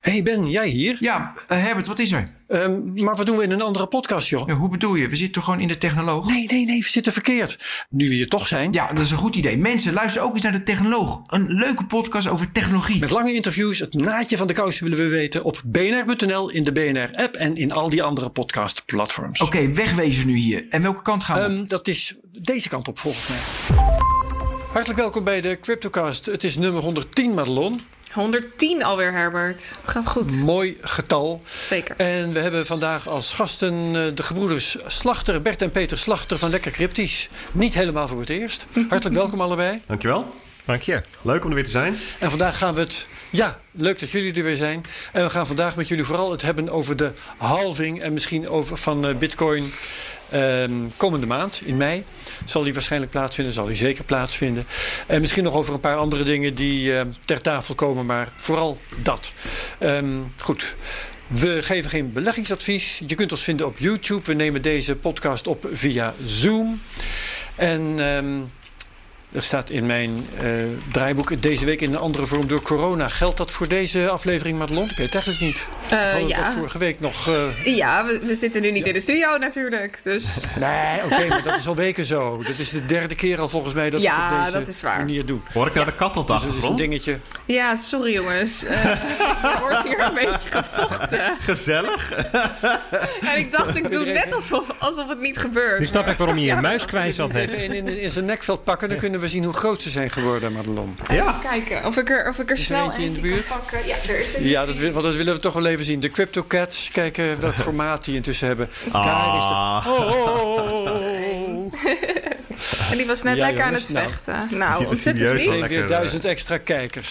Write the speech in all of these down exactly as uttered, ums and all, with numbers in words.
Hey Ben, jij hier? Ja, uh, Herbert, wat is er? Um, maar wat doen we in een andere podcast, joh? Ja, hoe bedoel je? We zitten toch gewoon in de Technoloog? Nee, nee, nee, we zitten verkeerd. Nu we hier toch zijn. Ja, dat is een goed idee. Mensen, luister ook eens naar de Technoloog. Een leuke podcast over technologie. Met lange interviews, het naadje van de kous willen we weten op b n r punt n l, in de B N R-app en in al die andere podcastplatforms. Oké, okay, wegwezen nu hier. En welke kant gaan we? Um, dat is deze kant op, volgens mij. Hartelijk welkom bij de Cryptocast. Het is nummer honderdtien, Madelon. honderdtien alweer, Herbert. Het gaat goed. Mooi getal. Zeker. En we hebben vandaag als gasten de gebroeders Slachter, Bert en Peter Slachter van Lekker Cryptisch. Niet helemaal voor het eerst. Hartelijk welkom allebei. Dankjewel. Dank je. Leuk om er weer te zijn. En vandaag gaan we het... Ja, leuk dat jullie er weer zijn. En we gaan vandaag met jullie vooral het hebben over de halving en misschien over van uh, Bitcoin... Um, komende maand, in mei, zal die waarschijnlijk plaatsvinden. Zal die zeker plaatsvinden. En misschien nog over een paar andere dingen die uh, ter tafel komen. Maar vooral dat. Um, goed. We geven geen beleggingsadvies. Je kunt ons vinden op YouTube. We nemen deze podcast op via Zoom. En... Um, Er staat in mijn uh, draaiboek deze week in een andere vorm door corona. Geldt dat voor deze aflevering, Madelon? Ik weet het eigenlijk niet. Uh, ja. Dat vorige week nog... Uh... Ja, we, we zitten nu niet ja. in de studio natuurlijk. Dus... Nee, oké, okay, maar dat is al weken zo. Dat is de derde keer al volgens mij dat ja, we op deze dat is waar. manier doen. Hoor ik nou ja. de kat op de dus achtergrond? Dat is een dingetje. Ja, sorry jongens. Uh, er wordt hier een beetje gevochten. Gezellig. En ik dacht, ik doe net alsof, alsof het niet gebeurt. Nu snap ik waarom je je ja, muis kwijt zat. Even in, in, in zijn nekveld pakken, dan kunnen we zien hoe groot ze zijn geworden, Madelon. Ja. Kijken of ik er, of ik er is snel er eentje in de buurt kan pakken. Ja, er is er ja dat, want dat willen we toch wel even zien. De CryptoCats, kijken welk formaat die intussen hebben. Ah. Daar is de... Oh, oh, oh, oh. En die was net ja, lekker jongens, aan het vechten. Nou, nou ontzettend lief. Meteen weer duizend extra kijkers.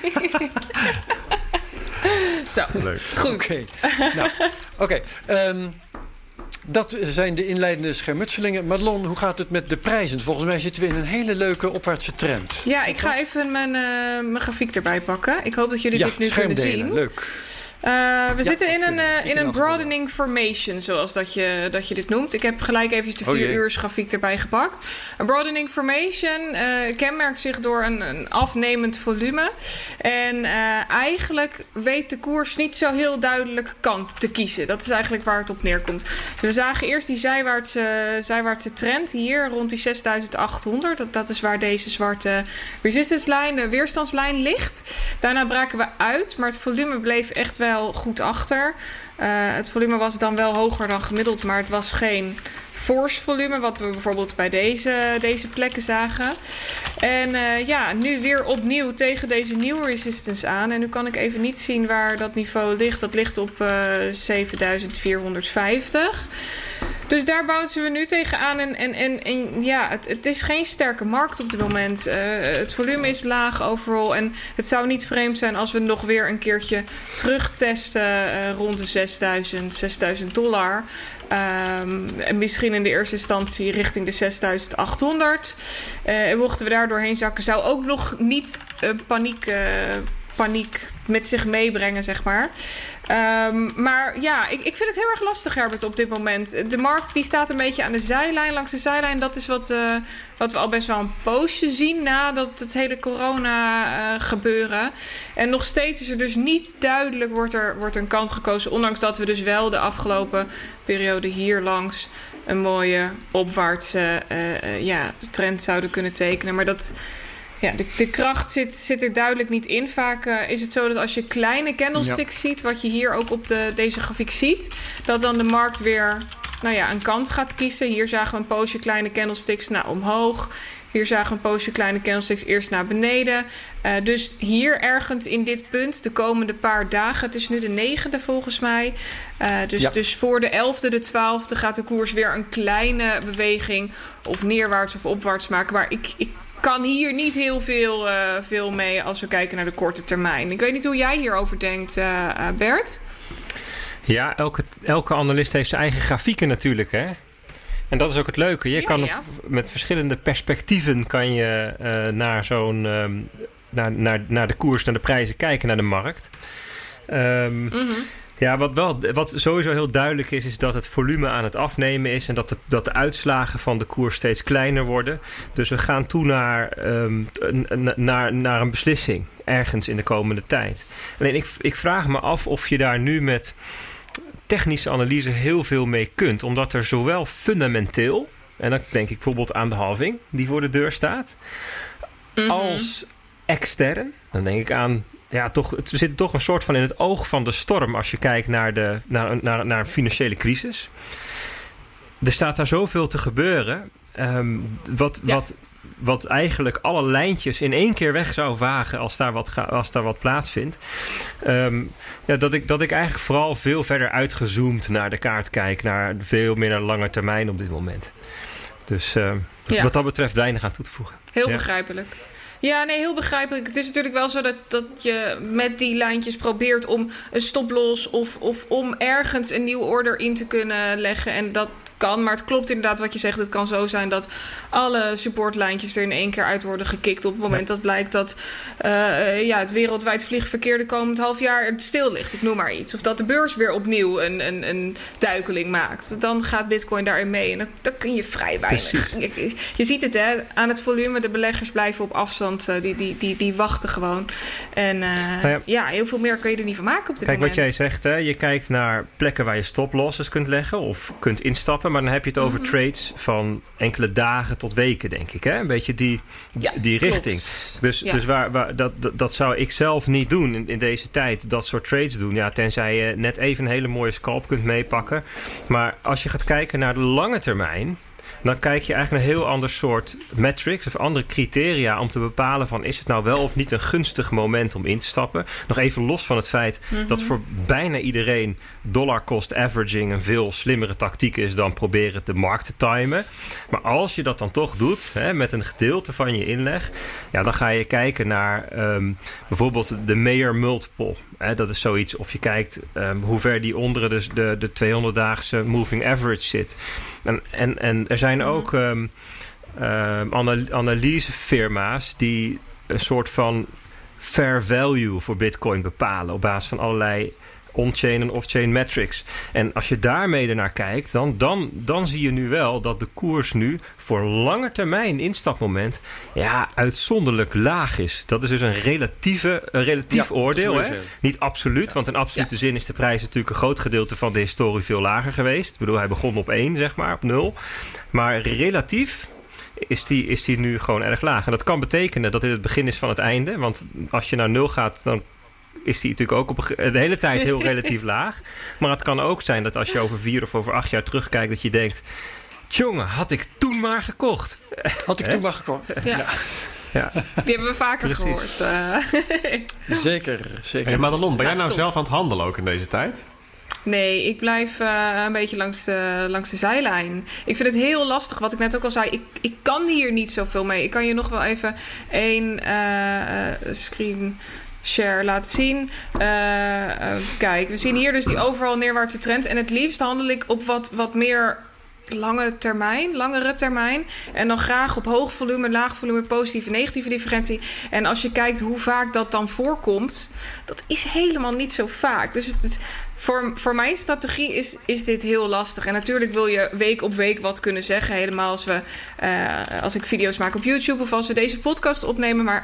Zo, leuk. Goed. Oké, okay. nou, okay. um, dat zijn de inleidende schermutselingen. Madelon, hoe gaat het met de prijzen? Volgens mij zitten we in een hele leuke opwaartse trend. Ja, ik ga even mijn, uh, mijn grafiek erbij pakken. Ik hoop dat jullie ja, dit nu kunnen zien. Leuk. Uh, we ja, zitten in een, uh, in een broadening gevonden. formation, zoals dat je, dat je dit noemt. Ik heb gelijk even de vier uur grafiek erbij gepakt. Een broadening formation uh, kenmerkt zich door een, een afnemend volume. En uh, eigenlijk weet de koers niet zo heel duidelijk kant te kiezen. Dat is eigenlijk waar het op neerkomt. We zagen eerst die zijwaartse, zijwaartse trend hier rond die zesduizend achthonderd. Dat, dat is waar deze zwarte resistance lijn, de weerstandslijn ligt. Daarna braken we uit, maar het volume bleef echt wel goed achter. Uh, het volume was dan wel hoger dan gemiddeld, maar het was geen force volume, wat we bijvoorbeeld bij deze, deze plekken zagen. En uh, ja, nu weer opnieuw tegen deze nieuwe resistance aan. En nu kan ik even niet zien waar dat niveau ligt. Dat ligt op uh, zevenduizend vierhonderdvijftig. Dus daar bouncen we nu tegenaan. En, en, en, en ja, het, het is geen sterke markt op dit moment. Uh, het volume is laag overal. En het zou niet vreemd zijn als we nog weer een keertje terugtesten uh, rond de zesduizend, zesduizend dollar. Um, en misschien in de eerste instantie richting de zesduizend achthonderd. Uh, en mochten we daar doorheen zakken, zou ook nog niet uh, paniek, uh, paniek met zich meebrengen, zeg maar. Um, maar ja, ik, ik vind het heel erg lastig, Herbert, op dit moment. De markt die staat een beetje aan de zijlijn, langs de zijlijn. Dat is wat, uh, wat we al best wel een poosje zien na dat het hele corona uh, gebeuren. En nog steeds is er dus niet duidelijk, wordt er, wordt er een kant gekozen. Ondanks dat we dus wel de afgelopen periode hier langs een mooie opwaartse uh, uh, ja, trend zouden kunnen tekenen. Maar dat... Ja, de, de kracht zit, zit er duidelijk niet in. Vaak uh, is het zo dat als je kleine candlesticks ja. ziet, wat je hier ook op de, deze grafiek ziet, dat dan de markt weer nou ja, een kant gaat kiezen. Hier zagen we een poosje kleine candlesticks naar omhoog. Hier zagen we een poosje kleine candlesticks eerst naar beneden. Uh, dus hier ergens in dit punt, de komende paar dagen, het is nu de negende volgens mij. Uh, dus, ja. dus voor de elfde, de twaalfde gaat de koers weer een kleine beweging of neerwaarts of opwaarts maken. Maar ik... ik kan hier niet heel veel, uh, veel mee als we kijken naar de korte termijn. Ik weet niet hoe jij hierover denkt, uh, uh, Bert. Ja, elke, elke analist heeft zijn eigen grafieken natuurlijk, hè? En dat is ook het leuke. Je ja, kan ja. Op, met verschillende perspectieven kan je uh, naar zo'n um, naar, naar, naar de koers, naar de prijzen kijken, naar de markt. Um, mm-hmm. Ja, wat, wel, wat sowieso heel duidelijk is, is dat het volume aan het afnemen is en dat de, dat de uitslagen van de koers steeds kleiner worden. Dus we gaan toe naar, um, naar, naar een beslissing. ergens in de komende tijd. Alleen ik, ik vraag me af of je daar nu met technische analyse heel veel mee kunt. Omdat er zowel fundamenteel, en dan denk ik bijvoorbeeld aan de halving die voor de deur staat, mm-hmm. als extern, dan denk ik aan, ja, toch, het zit toch een soort van in het oog van de storm als je kijkt naar, de, naar, naar, naar een financiële crisis. Er staat daar zoveel te gebeuren, um, wat, ja. wat, wat eigenlijk alle lijntjes in één keer weg zou vagen als daar wat, ga, als daar wat plaatsvindt. Um, ja, dat, ik, dat ik eigenlijk vooral veel verder uitgezoomd naar de kaart kijk, naar veel meer naar lange termijn op dit moment. Dus uh, ja. wat dat betreft weinig aan toe te voegen. Heel ja. begrijpelijk. Ja, nee, heel begrijpelijk. Het is natuurlijk wel zo dat, dat je met die lijntjes probeert om een stoploss of, of om ergens een nieuwe order in te kunnen leggen. En dat kan, maar het klopt inderdaad wat je zegt. Het kan zo zijn dat alle supportlijntjes er in één keer uit worden gekikt op het moment dat blijkt dat uh, ja, het wereldwijd vliegverkeer de komend half jaar stil ligt. Ik noem maar iets. Of dat de beurs weer opnieuw een, een, een duikeling maakt. Dan gaat Bitcoin daarin mee. En dan, dan kun je vrij weinig. Je, je ziet het, hè, aan het volume. De beleggers blijven op afstand. Uh, die, die, die, die wachten gewoon. En uh, nou ja. ja, heel veel meer kun je er niet van maken op dit Kijk, moment. Kijk, wat jij zegt, hè, je kijkt naar plekken waar je stoplosses kunt leggen of kunt instappen. Maar dan heb je het over mm-hmm. trades van enkele dagen tot weken, denk ik. Hè? Een beetje die, ja, die richting. Dus, ja. dus waar, waar, dat, dat, dat zou ik zelf niet doen in, in deze tijd. Dat soort trades doen. Ja, tenzij je net even een hele mooie scalp kunt meepakken. Maar als je gaat kijken naar de lange termijn, dan kijk je eigenlijk naar een heel ander soort metrics of andere criteria om te bepalen van, is het nou wel of niet een gunstig moment om in te stappen. Nog even los van het feit mm-hmm. dat voor bijna iedereen dollar cost averaging een veel slimmere tactiek is dan proberen de markt te timen. Maar als je dat dan toch doet, hè, met een gedeelte van je inleg, ja, dan ga je kijken naar um, bijvoorbeeld de Mayer multiple. Hè, dat is zoiets, of je kijkt um, hoe ver die onder de, de, de tweehonderddaagse moving average zit. En, en, en er zijn ook um, um, anal- analysefirma's die een soort van fair value voor Bitcoin bepalen op basis van allerlei on-chain en off-chain metrics. En als je daarmee ernaar kijkt, dan, dan, dan zie je nu wel dat de koers nu voor lange termijn instapmoment ja, uitzonderlijk laag is. Dat is dus een relatieve, een relatief ja, oordeel. Hè? Niet absoluut, ja. want in absolute ja. zin is de prijs natuurlijk een groot gedeelte van de historie veel lager geweest. Ik bedoel, hij begon op één, zeg maar, op nul. Maar relatief is die, is die nu gewoon erg laag. En dat kan betekenen dat dit het begin is van het einde. Want als je naar nul gaat, dan is die natuurlijk ook op een, de hele tijd heel relatief laag. Maar het kan ook zijn dat als je over vier of over acht jaar terugkijkt, dat je denkt, tjonge, had ik toen maar gekocht. Had ik toen maar gekocht. Ja. ja. Ja. Die hebben we vaker Precies. gehoord. Uh. Zeker, zeker. Hey, Madelon, ben jij nou zelf aan het handelen ook in deze tijd? Nee, ik blijf uh, een beetje langs de, langs de zijlijn. Ik vind het heel lastig, wat ik net ook al zei. Ik, ik kan hier niet zoveel mee. Ik kan je nog wel even één uh, screen share laten zien. Uh, uh, kijk, we zien hier dus die overal neerwaartse trend. En het liefst handel ik op wat, wat meer lange termijn, langere termijn. En dan graag op hoog volume, laag volume, positieve, negatieve differentie. En als je kijkt hoe vaak dat dan voorkomt, dat is helemaal niet zo vaak. Dus het, het, voor, voor mijn strategie is, is dit heel lastig. En natuurlijk wil je week op week wat kunnen zeggen. Helemaal als, we, uh, als ik video's maak op YouTube of als we deze podcast opnemen. Maar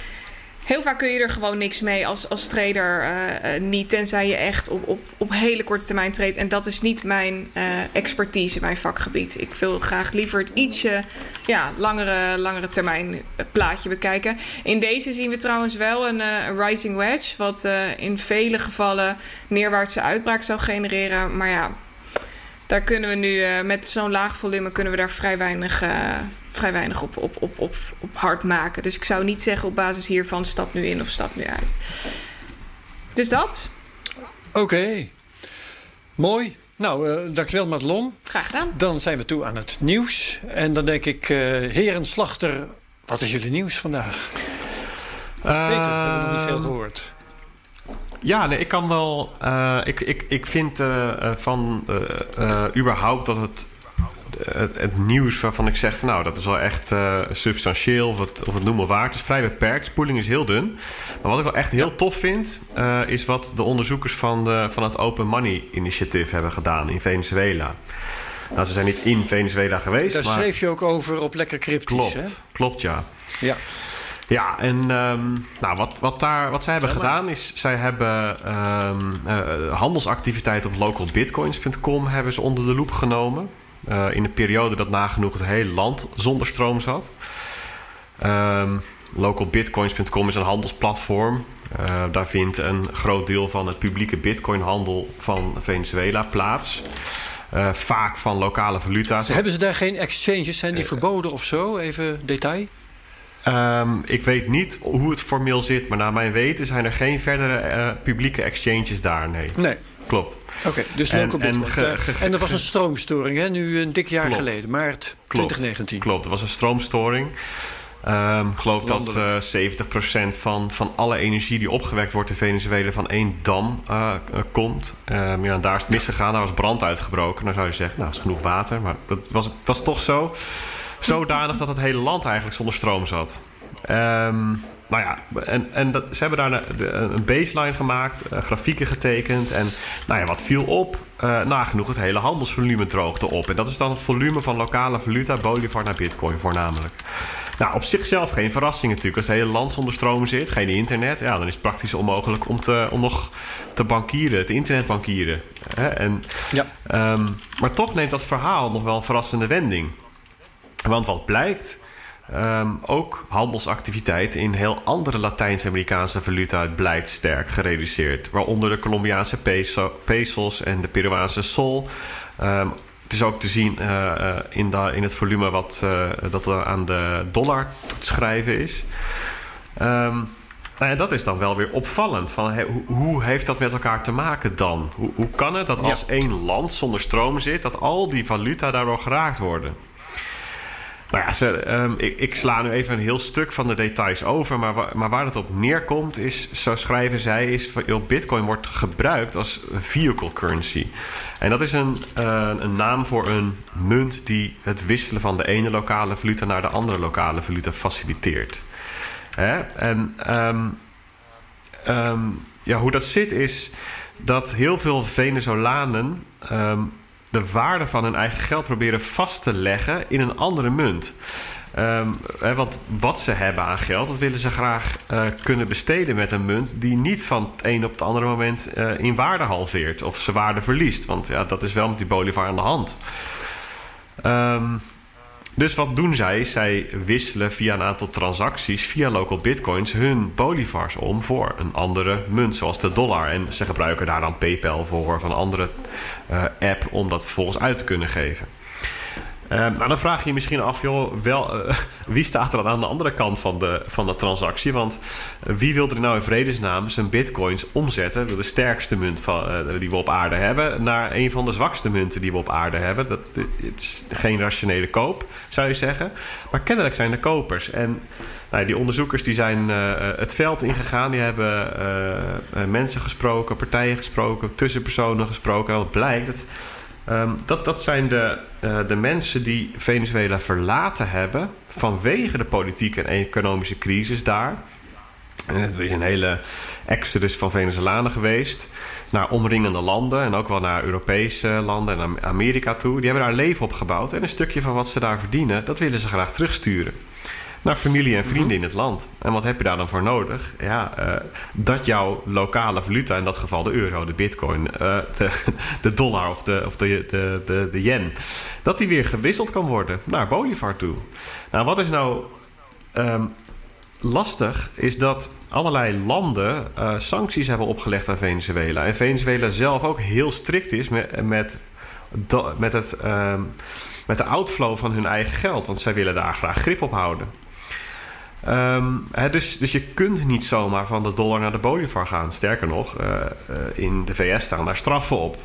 heel vaak kun je er gewoon niks mee als, als trader uh, uh, niet. Tenzij je echt op, op, op hele korte termijn treedt. En dat is niet mijn uh, expertise, mijn vakgebied. Ik wil graag liever het ietsje ja, langere, langere termijn plaatje bekijken. In deze zien we trouwens wel een uh, rising wedge. Wat uh, in vele gevallen neerwaartse uitbraak zou genereren. Maar ja, daar kunnen we nu uh, met zo'n laag volume kunnen we daar vrij weinig, uh, vrij weinig op, op, op, op, op hard maken. Dus ik zou niet zeggen op basis hiervan stap nu in of stap nu uit. Dus dat. Oké. Okay. Mooi. Nou, uh, dankjewel Madelon. Graag gedaan. Dan zijn we toe aan het nieuws. En dan denk ik, uh, heren Slachter, wat is jullie nieuws vandaag? Uh, Peter, we hebben nog niet veel gehoord. Ja, nee, ik kan wel. Uh, ik, ik, ik vind uh, van uh, uh, überhaupt dat het, het, het nieuws waarvan ik zeg van nou, dat is wel echt uh, substantieel of het, of het noemen waard is vrij beperkt. Spoeling is heel dun. Maar wat ik wel echt heel tof vind, uh, is wat de onderzoekers van, de, van het Open Money Initiative hebben gedaan in Venezuela. Nou, ze zijn niet in Venezuela geweest. Daar maar schreef je ook over op Lekker Cryptisch. Klopt, hè? klopt ja. Ja. Ja, en um, nou, wat, wat, daar, wat zij hebben gedaan is... zij hebben um, uh, handelsactiviteiten op local bitcoins punt com hebben ze onder de loep genomen. Uh, in een periode dat nagenoeg het hele land zonder stroom zat. Um, local bitcoins punt com is een handelsplatform. Uh, daar vindt een groot deel van het publieke bitcoinhandel van Venezuela plaats. Uh, vaak van lokale valuta. Hebben ze daar geen exchanges? Zijn die uh, verboden of zo? Even detail. Um, ik weet niet hoe het formeel zit, maar naar mijn weten zijn er geen verdere uh, publieke exchanges daar. Nee. Nee. Klopt. Oké, okay, dus local en, en, ge, ge, ge, en er was een stroomstoring, hè? Nu een dik jaar klopt. geleden, maart twintig negentien. Klopt, klopt, er was een stroomstoring. Um, ik geloof Landelijk. dat uh, zeventig procent van, van alle energie die opgewekt wordt in Venezuela van één dam uh, uh, komt. Um, ja, daar is het misgegaan, daar was brand uitgebroken. Dan zou je zeggen, nou, dat is genoeg water. Maar dat was, het was toch zo zodanig dat het hele land eigenlijk zonder stroom zat. Um, nou ja, en, en dat, ze hebben daar een, een baseline gemaakt, uh, grafieken getekend. En nou ja, wat viel op? Uh, nagenoeg het hele handelsvolume droogde op. En dat is dan het volume van lokale valuta, bolivar naar bitcoin voornamelijk. Nou, op zichzelf geen verrassing natuurlijk. Als het hele land zonder stroom zit, geen internet... ja, dan is het praktisch onmogelijk om, te, om nog te bankieren, te internetbankieren. Hè? En, ja. um, maar toch neemt dat verhaal nog wel een verrassende wending. Want wat blijkt... Um, ook handelsactiviteit in heel andere Latijns-Amerikaanse valuta blijkt sterk gereduceerd. Waaronder de Colombiaanse peso, pesos en de Peruaanse sol. Um, het is ook te zien uh, uh, in, de, in het volume wat uh, dat er aan de dollar toe te schrijven is. Um, nou ja, dat is dan wel weer opvallend. Van, hey, hoe, hoe heeft dat met elkaar te maken dan? Hoe, hoe kan het dat als ja. één land zonder stroom zit... dat al die valuta daardoor geraakt worden? Nou ja, ze, um, ik, ik sla nu even een heel stuk van de details over... maar, wa, maar waar het op neerkomt is, zo schrijven zij... is joh, bitcoin wordt gebruikt als vehicle currency. En dat is een, uh, een naam voor een munt... die het wisselen van de ene lokale valuta... naar de andere lokale valuta faciliteert. Hè? En um, um, ja, hoe dat zit is dat heel veel Venezolanen... Um, de waarde van hun eigen geld proberen vast te leggen in een andere munt. Um, hè, want wat ze hebben aan geld, dat willen ze graag uh, kunnen besteden met een munt... die niet van het een op het andere moment uh, in waarde halveert of zijn waarde verliest. Want ja, dat is wel met die bolivar aan de hand. Um, dus wat doen zij? Zij wisselen via een aantal transacties, via local bitcoins... hun bolivars om voor een andere munt, zoals de dollar. En ze gebruiken daar dan PayPal voor of een andere uh, app... om dat vervolgens uit te kunnen geven. Uh, nou, dan vraag je je misschien af, joh, wel, uh, wie staat er dan aan de andere kant van de, van de transactie? Want uh, wie wil er nou in vredesnaam zijn bitcoins omzetten... de sterkste munt van, uh, die we op aarde hebben... naar een van de zwakste munten die we op aarde hebben? Dat, dat is geen rationele koop, zou je zeggen. Maar kennelijk zijn er kopers. En nou, die onderzoekers die zijn uh, het veld ingegaan. Die hebben uh, uh, mensen gesproken, partijen gesproken... tussenpersonen gesproken. En wat blijkt... Het, Um, dat, dat zijn de, uh, de mensen die Venezuela verlaten hebben... vanwege de politieke en economische crisis daar. En er is een hele exodus van Venezolanen geweest... naar omringende landen en ook wel naar Europese landen en Amerika toe. Die hebben daar een leven opgebouwd. En een stukje van wat ze daar verdienen, dat willen ze graag terugsturen... naar familie en vrienden in het land. En wat heb je daar dan voor nodig? Ja, uh, dat jouw lokale valuta, in dat geval de euro, de bitcoin... Uh, de, de dollar of, de, of de, de, de, de yen... dat die weer gewisseld kan worden naar bolivar toe. Nou, wat is nou um, lastig... is dat allerlei landen uh, sancties hebben opgelegd aan Venezuela. En Venezuela zelf ook heel strikt is met, met, met, het, um, met de outflow van hun eigen geld. Want zij willen daar graag grip op houden. Um, he, dus, dus je kunt niet zomaar van de dollar naar de bolivar gaan. Sterker nog, uh, uh, in de V S staan daar straffen op.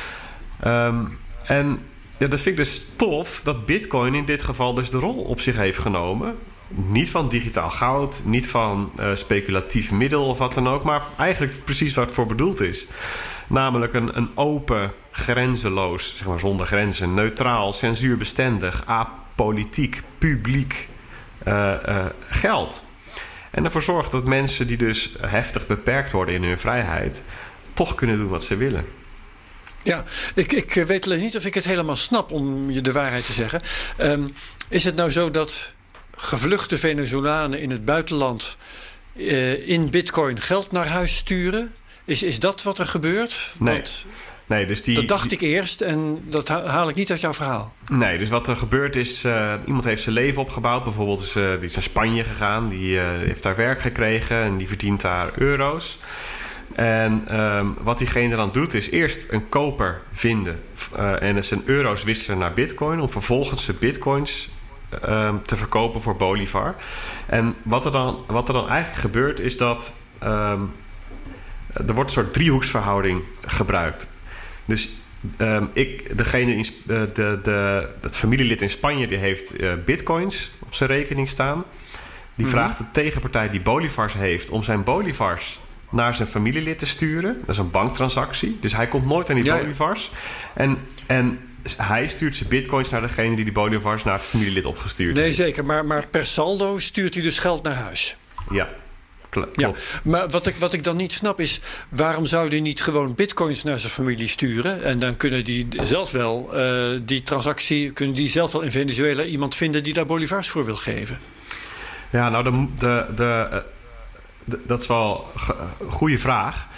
Um, en ja, dat vind ik dus tof dat Bitcoin in dit geval dus de rol op zich heeft genomen. Niet van digitaal goud, niet van uh, speculatief middel of wat dan ook... maar eigenlijk precies waar het voor bedoeld is. Namelijk een, een open, grenzeloos, zeg maar zonder grenzen... neutraal, censuurbestendig, apolitiek, publiek... Uh, uh, geld. En ervoor zorgt dat mensen die dus heftig beperkt worden in hun vrijheid... toch kunnen doen wat ze willen. Ja, ik, ik weet alleen niet of ik het helemaal snap om je de waarheid te zeggen. Um, is het nou zo dat gevluchte Venezolanen in het buitenland uh, in bitcoin geld naar huis sturen. Is, is dat wat er gebeurt? Nee. Want nee dus die, dat dacht die, ik eerst en dat haal ik niet uit jouw verhaal. Nee, dus wat er gebeurt is... Uh, iemand heeft zijn leven opgebouwd. Bijvoorbeeld is, uh, die is naar Spanje gegaan. Die uh, heeft daar werk gekregen en die verdient daar euro's. En um, wat diegene dan doet is eerst een koper vinden... Uh, en zijn euro's wisselen naar bitcoin... om vervolgens de bitcoins um, te verkopen voor Bolivar. En wat er dan, wat er dan eigenlijk gebeurt is dat... Um, er wordt een soort driehoeksverhouding gebruikt. Dus um, ik, degene in, de, de, de, het familielid in Spanje... die heeft uh, bitcoins op zijn rekening staan. Die mm-hmm. vraagt de tegenpartij die bolivars heeft... om zijn bolivars naar zijn familielid te sturen. Dat is een banktransactie. Dus hij komt nooit aan die ja, bolivars. En, en hij stuurt zijn bitcoins naar degene... die die bolivars naar het familielid opgestuurd nee, heeft. Nee, zeker. Maar, maar per saldo stuurt hij dus geld naar huis. Ja. Ja, maar wat ik, wat ik dan niet snap is... waarom zou hij niet gewoon bitcoins naar zijn familie sturen... en dan kunnen die zelf wel uh, die transactie... kunnen die zelf wel in Venezuela iemand vinden... die daar bolivars voor wil geven? Ja, nou, de, de, de, de, dat is wel een goede vraag.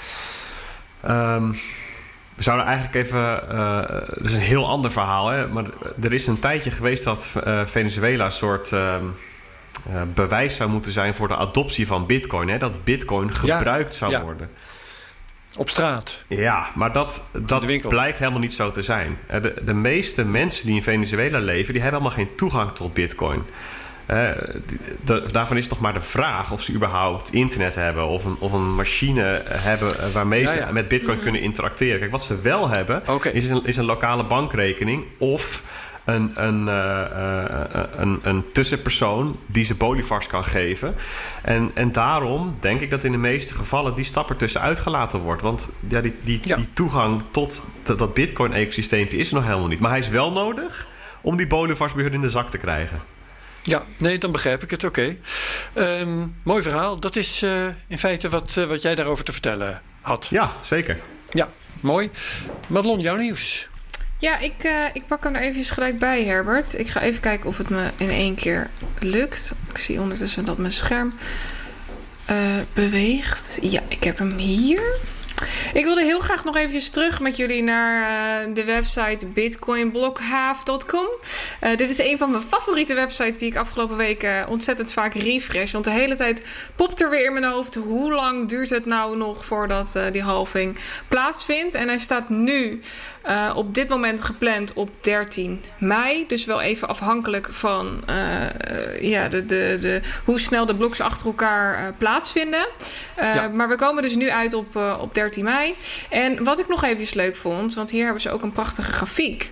Um, we zouden eigenlijk even... Uh, dat is een heel ander verhaal, hè? Maar er is een tijdje geweest dat uh, Venezuela een soort... Um, Uh, bewijs zou moeten zijn voor de adoptie van bitcoin. Hè? Dat bitcoin gebruikt ja, zou ja. worden. Op straat. Ja, maar dat, dat blijkt helemaal niet zo te zijn. De, de meeste mensen die in Venezuela leven... die hebben allemaal geen toegang tot bitcoin. Uh, de, daarvan is nog maar de vraag of ze überhaupt internet hebben... of een, of een machine hebben waarmee ja, ja. ze met bitcoin mm-hmm. kunnen interacteren. Kijk, wat ze wel hebben okay. is, een, is een lokale bankrekening... of Een, een, uh, uh, een, een tussenpersoon die ze bolivars kan geven. En, en daarom denk ik dat in de meeste gevallen die stap er tussen uitgelaten wordt. Want ja, die, die, ja. die toegang tot dat, dat bitcoin-ecosysteempje is er nog helemaal niet. Maar hij is wel nodig om die bolivars bij hun in de zak te krijgen. Ja, nee, dan begrijp ik het. Oké. Okay. Um, mooi verhaal. Dat is uh, in feite wat, uh, wat jij daarover te vertellen had. Ja, zeker. Ja, mooi. Madelon, jouw nieuws. Ja, ik, uh, ik pak hem er even gelijk bij, Herbert. Ik ga even kijken of het me in één keer lukt. Ik zie ondertussen dat mijn scherm uh, beweegt. Ja, ik heb hem hier. Ik wilde heel graag nog eventjes terug met jullie naar uh, de website bitcoin blockhaaf punt com. Uh, dit is een van mijn favoriete websites die ik afgelopen weken ontzettend vaak refresh. Want de hele tijd popt er weer in mijn hoofd... hoe lang duurt het nou nog voordat uh, die halving plaatsvindt. En hij staat nu uh, op dit moment gepland op dertien mei. Dus wel even afhankelijk van uh, uh, ja, de, de, de, hoe snel de bloks achter elkaar uh, plaatsvinden. Uh, ja. Maar we komen dus nu uit op, uh, op dertien mei. En wat ik nog even leuk vond... want hier hebben ze ook een prachtige grafiek...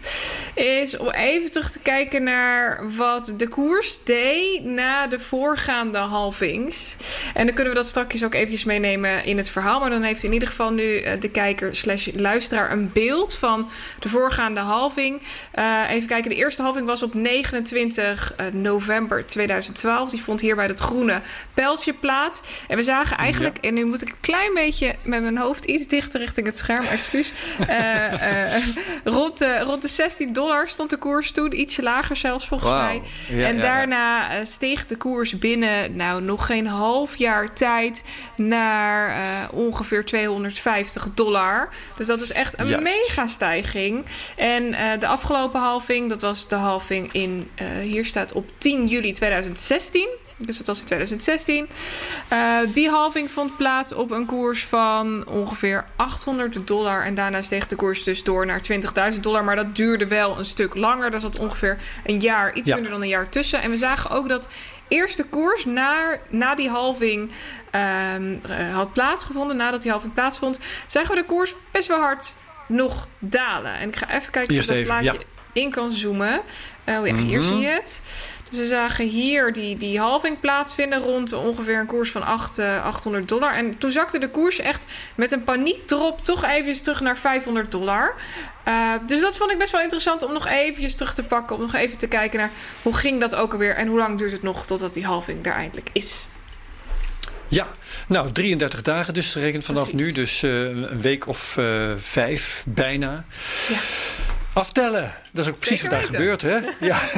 is om even terug te kijken naar wat de koers deed... na de voorgaande halvings. En dan kunnen we dat straks ook eventjes meenemen in het verhaal... maar dan heeft in ieder geval nu de kijker slash luisteraar... een beeld van de voorgaande halving. Uh, even kijken, de eerste halving was op negenentwintig november tweeduizend twaalf. Die vond hier bij dat groene pijltje plaats. En we zagen eigenlijk... Ja. En nu moet ik een klein beetje met mijn hoofd iets dichter richting het scherm, excuus. Uh, uh, rond, de, rond de zestien dollar stond de koers toen, ietsje lager zelfs volgens wow. mij. Ja, en ja, daarna ja. steeg de koers binnen, nou nog geen half jaar tijd, naar uh, ongeveer tweehonderdvijftig dollar. Dus dat was echt een Juist. mega stijging. En uh, de afgelopen halving, dat was de halving in, uh, hier staat op tien juli tweeduizend zestien. Dus dat was in tweeduizend zestien. Uh, die halving vond plaats op een koers van ongeveer achthonderd dollar. En daarna steeg de koers dus door naar twintigduizend dollar. Maar dat duurde wel een stuk langer. Daar zat ongeveer een jaar, iets ja. minder dan een jaar tussen. En we zagen ook dat eerst de koers na, na die halving uh, had plaatsgevonden. Nadat die halving plaatsvond, zagen we de koers best wel hard nog dalen. En ik ga even kijken of ik dat plaatje ja. in kan zoomen. Uh, oh ja, hier mm-hmm. zie je het. Dus we zagen hier die, die halving plaatsvinden rond ongeveer een koers van achthonderd dollar. En toen zakte de koers echt met een paniekdrop toch even terug naar vijfhonderd dollar. Uh, dus dat vond ik best wel interessant om nog eventjes terug te pakken. Om nog even te kijken naar hoe ging dat ook alweer. En hoe lang duurt het nog totdat die halving er eindelijk is. Ja, nou drieëndertig dagen dus rekent vanaf Precies. nu. Dus uh, een week of uh, vijf bijna. Ja. Aftellen, dat is ook precies Zeker wat daar weten. gebeurt, hè? Ja.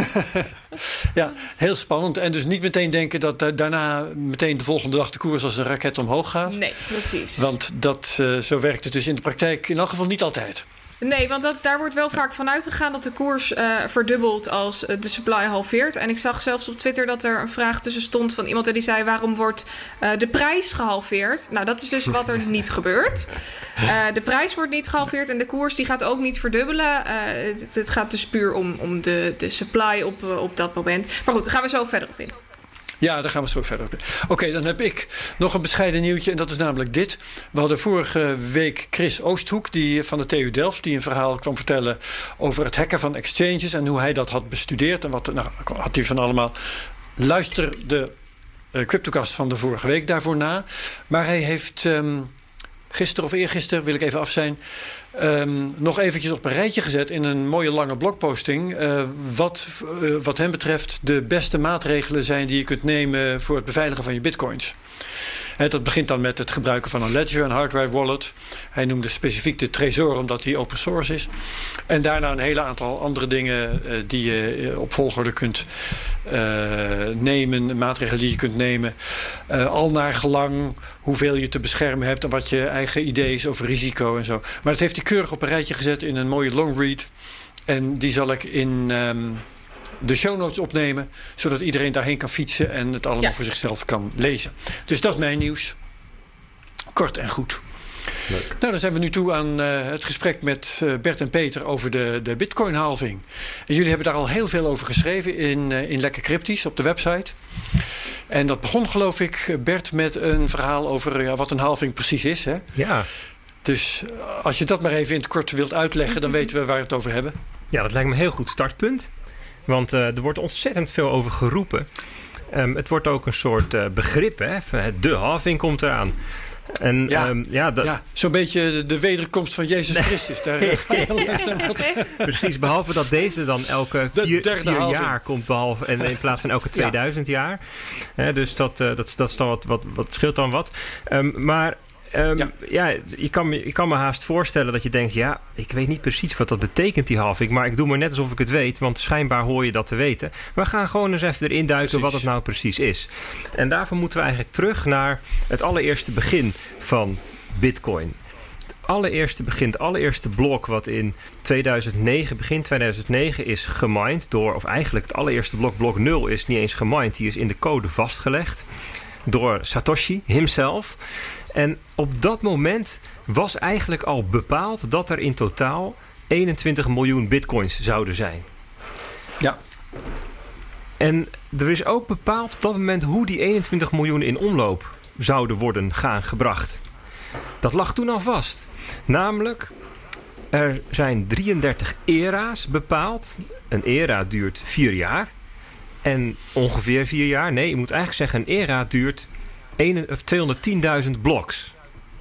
Ja, heel spannend. En dus niet meteen denken dat uh, daarna meteen de volgende dag de koers als een raket omhoog gaat. Nee, precies. Want dat, uh, zo werkt het dus in de praktijk in elk geval niet altijd. Nee, want dat, daar wordt wel vaak van uitgegaan dat de koers uh, verdubbelt als uh, de supply halveert. En ik zag zelfs op Twitter dat er een vraag tussen stond van iemand die zei: waarom wordt uh, de prijs gehalveerd? Nou, dat is dus wat er niet gebeurt. Uh, de prijs wordt niet gehalveerd en de koers die gaat ook niet verdubbelen. Uh, het, het gaat dus puur om, om de, de supply op, uh, op dat moment. Maar goed, daar gaan we zo verder op in. Ja, daar gaan we zo verder op. Oké, okay, dan heb ik nog een bescheiden nieuwtje. En dat is namelijk dit. We hadden vorige week Chris Oosthoek die, van de T U Delft... die een verhaal kwam vertellen over het hacken van exchanges... en hoe hij dat had bestudeerd. En wat nou, had hij van allemaal. Luister de uh, CryptoCast van de vorige week daarvoor na. Maar hij heeft... Um, gisteren of eergisteren, wil ik even af zijn... Um, nog eventjes op een rijtje gezet in een mooie lange blogposting... Uh, wat, uh, wat hem betreft de beste maatregelen zijn die je kunt nemen... voor het beveiligen van je bitcoins. He, dat begint dan met het gebruiken van een ledger, een hardware wallet. Hij noemde specifiek de Trezor omdat die open source is. En daarna een hele aantal andere dingen uh, die je op volgorde kunt uh, nemen. Maatregelen die je kunt nemen. Uh, al naar gelang hoeveel je te beschermen hebt... en wat je eigen idee is over risico en zo. Maar dat heeft hij keurig op een rijtje gezet in een mooie longread. En die zal ik in... Um, de show notes opnemen, zodat iedereen daarheen kan fietsen en het allemaal ja. voor zichzelf kan lezen. Dus dat is mijn nieuws. Kort en goed. Leuk. Nou, dan zijn we nu toe aan uh, het gesprek met uh, Bert en Peter over de, de Bitcoin-halving. En jullie hebben daar al heel veel over geschreven in, uh, in Lekker Cryptisch op de website. En dat begon, geloof ik, Bert, met een verhaal over uh, wat een halving precies is. Hè? Ja. Dus als je dat maar even in het kort wilt uitleggen, dan weten we waar we het over hebben. Ja, dat lijkt me een heel goed startpunt. Want uh, er wordt ontzettend veel over geroepen. Um, het wordt ook een soort uh, begrip, hè? De halving komt eraan. En, ja, um, ja, dat... ja, zo'n beetje de wederkomst van Jezus nee. Christus. Daar ga je heel langzaam wat... Precies, behalve dat deze dan elke vier, vier jaar komt, behalve, en in plaats van elke tweeduizend ja. jaar. He, dus dat, uh, dat, dat, is dan wat, wat, wat scheelt dan wat. Um, maar... Um, ja, ja je, kan me, je kan me haast voorstellen dat je denkt... ja, ik weet niet precies wat dat betekent, die halving... maar ik doe maar net alsof ik het weet... want schijnbaar hoor je dat te weten. We gaan gewoon eens even erin duiken precies. wat het nou precies is. En daarvoor moeten we eigenlijk terug naar het allereerste begin van Bitcoin. Het allereerste begin, het allereerste blok wat in tweeduizend negen, begin tweeduizend negen is gemined door... of eigenlijk het allereerste blok, blok nul, is niet eens gemined... die is in de code vastgelegd door Satoshi himself... En op dat moment was eigenlijk al bepaald dat er in totaal eenentwintig miljoen bitcoins zouden zijn. Ja. En er is ook bepaald op dat moment hoe die eenentwintig miljoen in omloop zouden worden gaan gebracht. Dat lag toen al vast. Namelijk, er zijn drieëndertig era's bepaald. Een era duurt vier jaar. En ongeveer vier jaar. Nee, je moet eigenlijk zeggen, een era duurt... tweehonderdtienduizend bloks.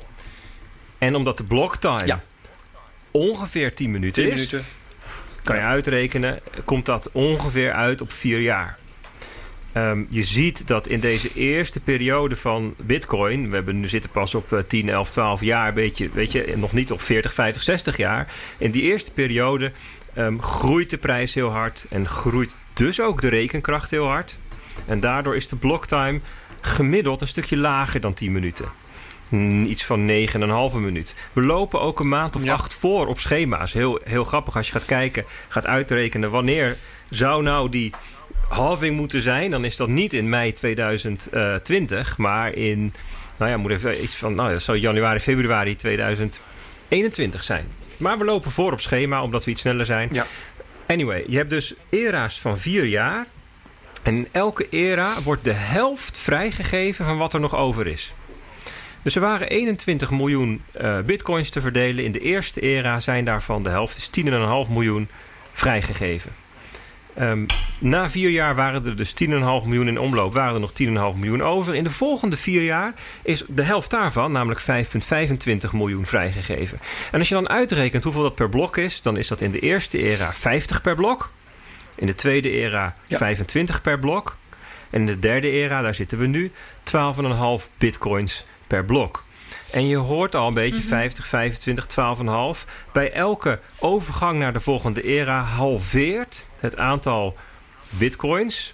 En omdat de blocktime ja. ongeveer tien minuten tien is... minuten. kan je uitrekenen, komt dat ongeveer uit op vier jaar. Um, je ziet dat in deze eerste periode van Bitcoin... we hebben nu zitten pas op uh, tien, elf, twaalf jaar... Beetje, weet je, nog niet op veertig, vijftig, zestig jaar. In die eerste periode um, groeit de prijs heel hard... en groeit dus ook de rekenkracht heel hard. En daardoor is de blocktime... gemiddeld een stukje lager dan tien minuten. Iets van negen komma vijf minuut. We lopen ook een maand of ja. acht voor op schema's. Heel, heel grappig als je gaat kijken, gaat uitrekenen... wanneer zou nou die halving moeten zijn... dan is dat niet in mei tweeduizend twintig... maar in, nou ja, moet even iets van... nou, dat zou januari, februari tweeduizend eenentwintig zijn. Maar we lopen voor op schema, omdat we iets sneller zijn. Ja. Anyway, je hebt dus era's van vier jaar... en in elke era wordt de helft vrijgegeven van wat er nog over is. Dus er waren eenentwintig miljoen uh, bitcoins te verdelen. In de eerste era zijn daarvan de helft, is tien komma vijf miljoen, vrijgegeven. Um, na vier jaar waren er dus tien komma vijf miljoen in omloop. Waren er nog tien komma vijf miljoen over. In de volgende vier jaar is de helft daarvan, namelijk vijf komma vijfentwintig miljoen, vrijgegeven. En als je dan uitrekent hoeveel dat per blok is... dan is dat in de eerste era vijftig per blok. In de tweede era ja. vijfentwintig per blok. En in de derde era, daar zitten we nu, twaalf komma vijf bitcoins per blok. En je hoort al een beetje Mm-hmm. vijftig, vijfentwintig, twaalf komma vijf. Bij elke overgang naar de volgende era halveert het aantal bitcoins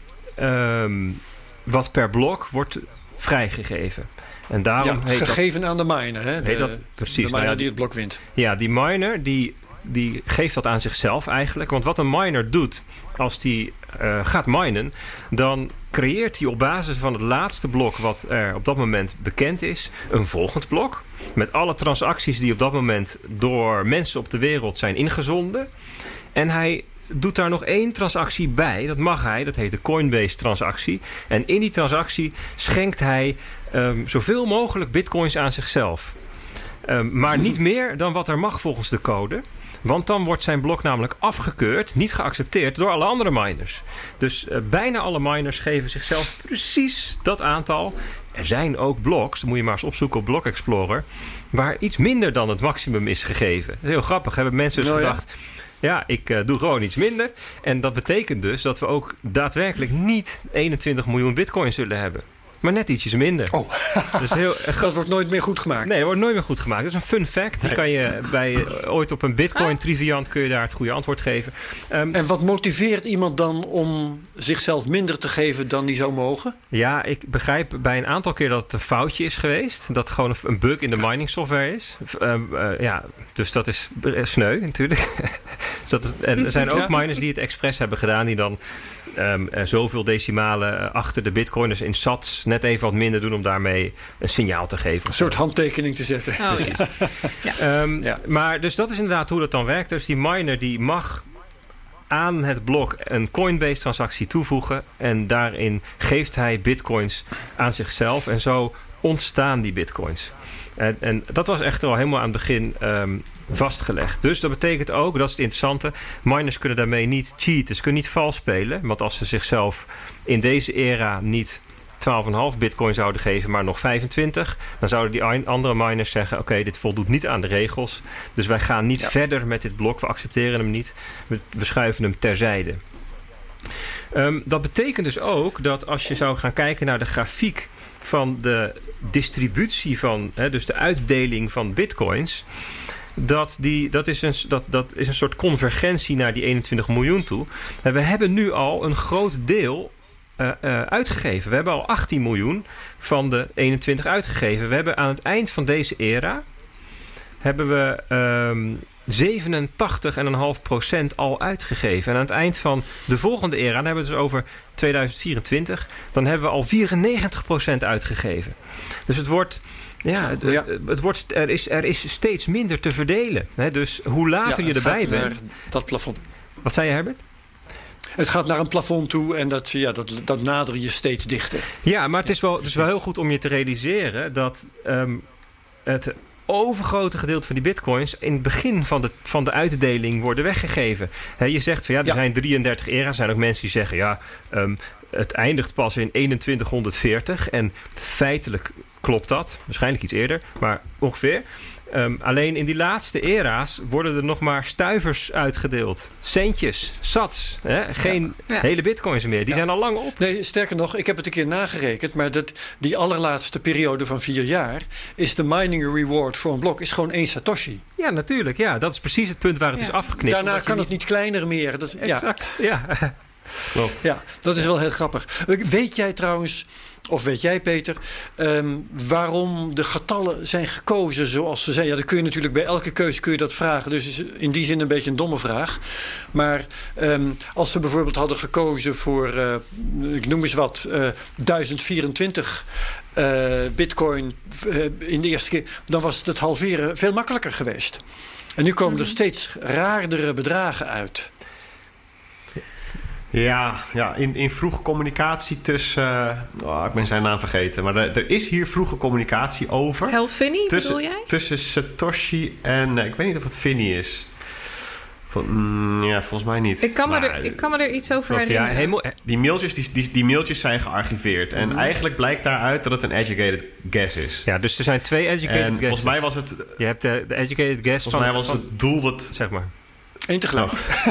um, wat per blok wordt vrijgegeven. En daarom ja, heet gegeven dat, aan de miner. Hè? De, heet dat, precies, de miner nou ja, die het blok wint. Ja, die miner die, die geeft dat aan zichzelf eigenlijk. Want wat een miner doet als die uh, gaat minen, dan creëert hij op basis van het laatste blok wat er op dat moment bekend is, een volgend blok. Met alle transacties die op dat moment door mensen op de wereld zijn ingezonden. En hij doet daar nog één transactie bij. Dat mag hij. Dat heet de Coinbase-transactie. En in die transactie schenkt hij um, zoveel mogelijk bitcoins aan zichzelf. Um, maar niet meer dan wat er mag volgens de code. Want dan wordt zijn blok namelijk afgekeurd, niet geaccepteerd door alle andere miners. Dus uh, bijna alle miners geven zichzelf precies dat aantal. Er zijn ook bloks, dat moet je maar eens opzoeken op Block Explorer, waar iets minder dan het maximum is gegeven. Dat is heel grappig. Hebben mensen dus nou, gedacht, ja, ja ik uh, doe gewoon iets minder. En dat betekent dus dat we ook daadwerkelijk niet eenentwintig miljoen bitcoin zullen hebben. Maar net ietsjes minder. Oh, dus heel, dat wordt nooit meer goed gemaakt. Nee, dat wordt nooit meer goed gemaakt. Dat is een fun fact. Die kan je bij ooit op een bitcoin triviant kun je daar het goede antwoord geven. Um, en wat motiveert iemand dan om zichzelf minder te geven dan die zou mogen? Ja, ik begrijp bij een aantal keer dat het een foutje is geweest. Dat gewoon een bug in de mining software is. Uh, uh, ja, dus dat is sneu natuurlijk. dat is, en er zijn ook ja. miners die het expres hebben gedaan, die dan Um, uh, zoveel decimalen uh, achter de bitcoin, dus in sats net even wat minder doen om daarmee een signaal te geven. Een soort handtekening te zetten. Oh, ja. ja. Um, ja. Maar dus dat is inderdaad hoe dat dan werkt. Dus die miner die mag aan het blok een Coinbase transactie toevoegen en daarin geeft hij bitcoins aan zichzelf en zo ontstaan die bitcoins. En, en dat was echt al helemaal aan het begin um, vastgelegd. Dus dat betekent ook, dat is het interessante, miners kunnen daarmee niet cheaten. Ze kunnen niet vals spelen. Want als ze zichzelf in deze era niet twaalf komma vijf bitcoin zouden geven, maar nog vijfentwintig, dan zouden die andere miners zeggen, oké, okay, dit voldoet niet aan de regels. Dus wij gaan niet ja. verder met dit blok. We accepteren hem niet. We, we schuiven hem terzijde. Um, dat betekent dus ook dat als je zou gaan kijken naar de grafiek van de distributie van, hè, dus de uitdeling van bitcoins, dat, die, dat, is een, dat, dat is een soort convergentie naar die eenentwintig miljoen toe. En we hebben nu al een groot deel uh, uh, uitgegeven. We hebben al achttien miljoen van de eenentwintig uitgegeven. We hebben aan het eind van deze era hebben we um, zevenentachtig komma vijf procent al uitgegeven. En aan het eind van de volgende era, dan hebben we het dus over tweeduizend vierentwintig, dan hebben we al vierennegentig procent uitgegeven. Dus het wordt, ja, het, ja. het wordt er, is, er is steeds minder te verdelen. Hè? Dus hoe later ja, je erbij bent. Dat plafond. Wat zei je, Herbert? Het gaat naar een plafond toe en dat, ja, dat, dat nader je steeds dichter. Ja, maar het is wel, het is wel heel goed om je te realiseren dat um, het overgrote gedeelte van die bitcoins in het begin van de, van de uitdeling worden weggegeven. He, je zegt van ja, er ja. zijn drieëndertig era's. Er zijn ook mensen die zeggen ja, um, het eindigt pas in eenentwintighonderdveertig. En feitelijk klopt dat. Waarschijnlijk iets eerder, maar ongeveer. Um, alleen in die laatste era's worden er nog maar stuivers uitgedeeld. Centjes, sats. Hè? Geen ja. Ja. hele bitcoins meer. Die ja. zijn al lang op. Nee, sterker nog, ik heb het een keer nagerekend. Maar dat, die allerlaatste periode van vier jaar is de mining reward voor een blok is gewoon één satoshi. Ja, natuurlijk. Ja, dat is precies het punt waar het ja. is afgeknipt. Daarna kan het niet kleiner meer. Dat is, exact. Ja. ja. Klopt. Ja, dat is wel heel grappig. Weet jij trouwens, of weet jij Peter, um, waarom de getallen zijn gekozen zoals ze zijn? Ja, dat kun je natuurlijk bij elke keuze kun je dat vragen. Dus is in die zin een beetje een domme vraag. Maar um, als ze bijvoorbeeld hadden gekozen voor, uh, ik noem eens wat, uh, duizend vierentwintig uh, bitcoin uh, in de eerste keer, dan was het, het halveren veel makkelijker geweest. En nu komen er steeds raardere bedragen uit. Ja, ja in, in vroege communicatie tussen... Uh, oh, ik ben zijn naam vergeten. Maar er, er is hier vroege communicatie over. Hel Finney, tussen, bedoel jij? Tussen Satoshi en... Uh, ik weet niet of het Finney is. Van, mm, ja, volgens mij niet. Ik kan, maar, me, er, ik kan me er iets over klopt, herinneren. Ja, helemaal, die, mailtjes, die, die, die mailtjes zijn gearchiveerd. En mm. eigenlijk blijkt daaruit dat het een educated guess is. Ja, dus er zijn twee educated guesses. Volgens mij was het... Je hebt de, de educated guess volgens van... mij was van, het doel dat... Zeg maar. Eén tegelijk.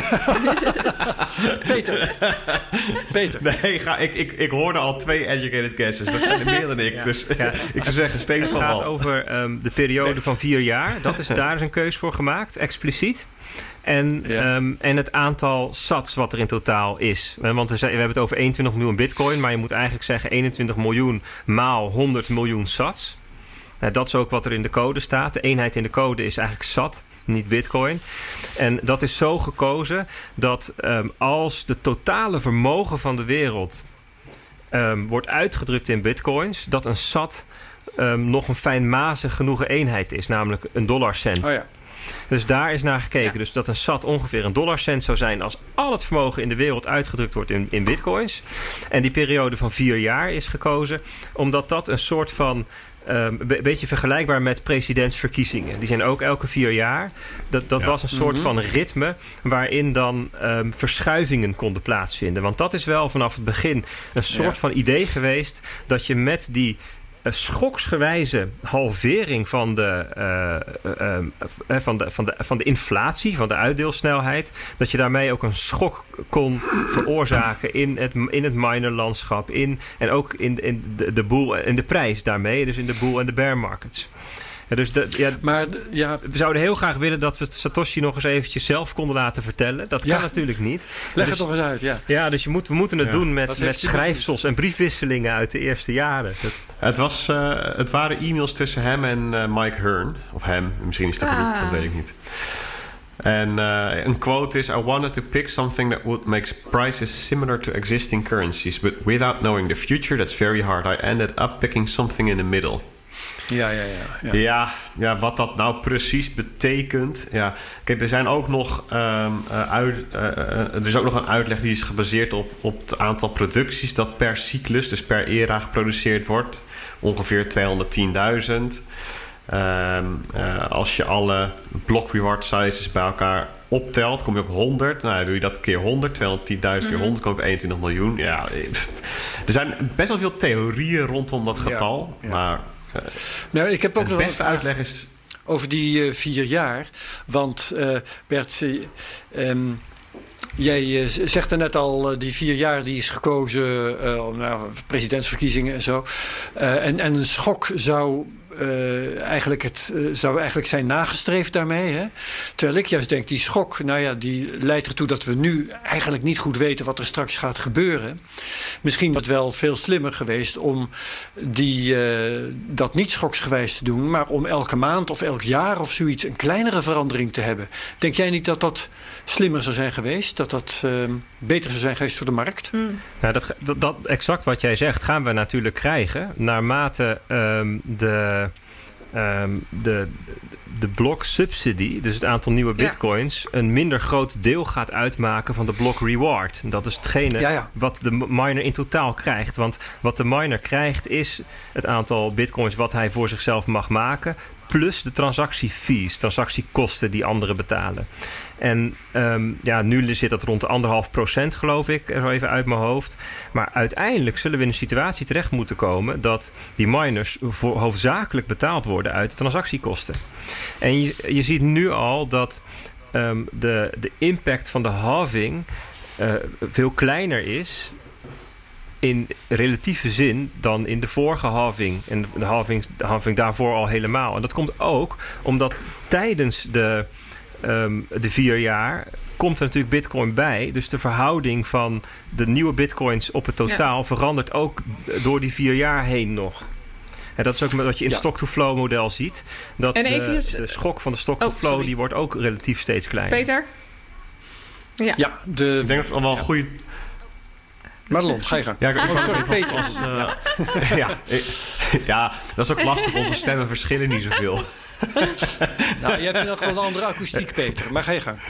Peter. Peter. Nee, ga, ik, ik, ik hoorde al twee educated guesses. Dat zijn er meer dan ik. Ja. Dus ja. ik zou zeggen, Steen Het gaat over um, de periode van vier jaar. Dat is, daar is een keus voor gemaakt, expliciet. En, ja. um, en het aantal sats wat er in totaal is. Want we, zijn, we hebben het over eenentwintig miljoen bitcoin. Maar je moet eigenlijk zeggen eenentwintig miljoen maal honderd miljoen sats. Nou, dat is ook wat er in de code staat. De eenheid in de code is eigenlijk sat, niet bitcoin. En dat is zo gekozen dat um, als de totale vermogen van de wereld um, wordt uitgedrukt in bitcoins, dat een sat um, nog een fijnmazig genoegen eenheid is, namelijk een dollarcent. Oh ja. Dus daar is naar gekeken. Ja. Dus dat een sat ongeveer een dollarcent zou zijn als al het vermogen in de wereld uitgedrukt wordt in, in bitcoins. En die periode van vier jaar is gekozen omdat dat een soort van een um, be- beetje vergelijkbaar met presidentsverkiezingen. Die zijn ook elke vier jaar. Dat, dat ja. was een soort mm-hmm. van ritme waarin dan um, verschuivingen konden plaatsvinden. Want dat is wel vanaf het begin een soort ja. van idee geweest dat je met die uh, schoksgewijze halvering van de, uh, uh, uh, van, de, van, de, van de inflatie, van de uitdeelsnelheid, dat je daarmee ook een schok kon veroorzaken in het, in het minerlandschap, in, en ook in, in, de, de boel, in de prijs daarmee, dus in de bull en de bear markets. Ja, dus de, ja, maar ja, we zouden heel graag willen dat we Satoshi nog eens eventjes zelf konden laten vertellen. Dat kan ja. natuurlijk niet. Leg dus, het nog eens uit, ja. Ja, dus je moet, we moeten het ja. doen met, met schrijfsels en briefwisselingen uit de eerste jaren. Dat... Het, was, uh, het waren e-mails tussen hem en uh, Mike Hearn. Of hem, misschien is het ah. groep, dat weet ik niet. En uh, een quote is: I wanted to pick something that would make prices similar to existing currencies, but without knowing the future, that's very hard. I ended up picking something in the middle. Ja, ja, ja, ja. Ja, ja, wat dat nou precies betekent. Ja. Kijk, er zijn ook nog um, uh, uit, uh, uh, er is ook nog een uitleg die is gebaseerd op, op het aantal producties dat per cyclus, dus per era geproduceerd wordt. Ongeveer tweehonderdtienduizend. Um, uh, als je alle block reward sizes bij elkaar optelt, kom je op honderd. Nou, dan doe je dat keer honderd. tweehonderdtienduizend keer honderd, kom je op eenentwintig miljoen. Ja, er zijn best wel veel theorieën rondom dat getal. Ja, ja. Maar uh, nou, ik heb ook het nog beste een uitleg is over die uh, vier jaar. Want uh, Bert, uh, um, jij uh, zegt er net al, uh, die vier jaar die is gekozen, uh, nou, presidentsverkiezingen en zo. Uh, en, en een schok zou Uh, eigenlijk het uh, zou eigenlijk zijn nagestreefd daarmee. Hè? Terwijl ik juist denk, die schok, nou ja, die leidt ertoe dat we nu eigenlijk niet goed weten wat er straks gaat gebeuren. Misschien was het wel veel slimmer geweest om die, uh, dat niet schoksgewijs te doen, maar om elke maand of elk jaar of zoiets een kleinere verandering te hebben. Denk jij niet dat dat slimmer zou zijn geweest? Dat dat uh, beter zou zijn geweest voor de markt? Hmm. Nou, dat, dat, dat exact wat jij zegt gaan we natuurlijk krijgen naarmate um, de Um, de, de block subsidy, dus het aantal nieuwe bitcoins, ja. een minder groot deel gaat uitmaken van de block reward. Dat is hetgene ja, ja. wat de miner in totaal krijgt. Want wat de miner krijgt is het aantal bitcoins wat hij voor zichzelf mag maken, plus de transactiefees, transactiekosten die anderen betalen. En um, ja, nu zit dat rond de anderhalf procent, geloof ik, zo even uit mijn hoofd. Maar uiteindelijk zullen we in een situatie terecht moeten komen dat die miners voor hoofdzakelijk betaald worden uit de transactiekosten. En je, je ziet nu al dat um, de, de impact van de halving uh, veel kleiner is in relatieve zin dan in de vorige halving. En de halving, de halving daarvoor al helemaal. En dat komt ook omdat tijdens de, um, de vier jaar komt er natuurlijk bitcoin bij. Dus de verhouding van de nieuwe bitcoins op het totaal ja. verandert ook door die vier jaar heen nog. En dat is ook wat je in het ja. stock-to-flow model ziet. Dat de, eventjes, de schok van de stock-to-flow oh, die wordt ook relatief steeds kleiner. Peter? Ja, ja de, ik denk dat het wel een goede... Madelon, ga je gang. Ja, ik oh, sorry, Peter. Als, uh, ja, ja, dat is ook lastig. Onze stemmen verschillen niet zoveel. Nou, je hebt in elk geval een andere akoestiek, Peter. Maar ga je gang.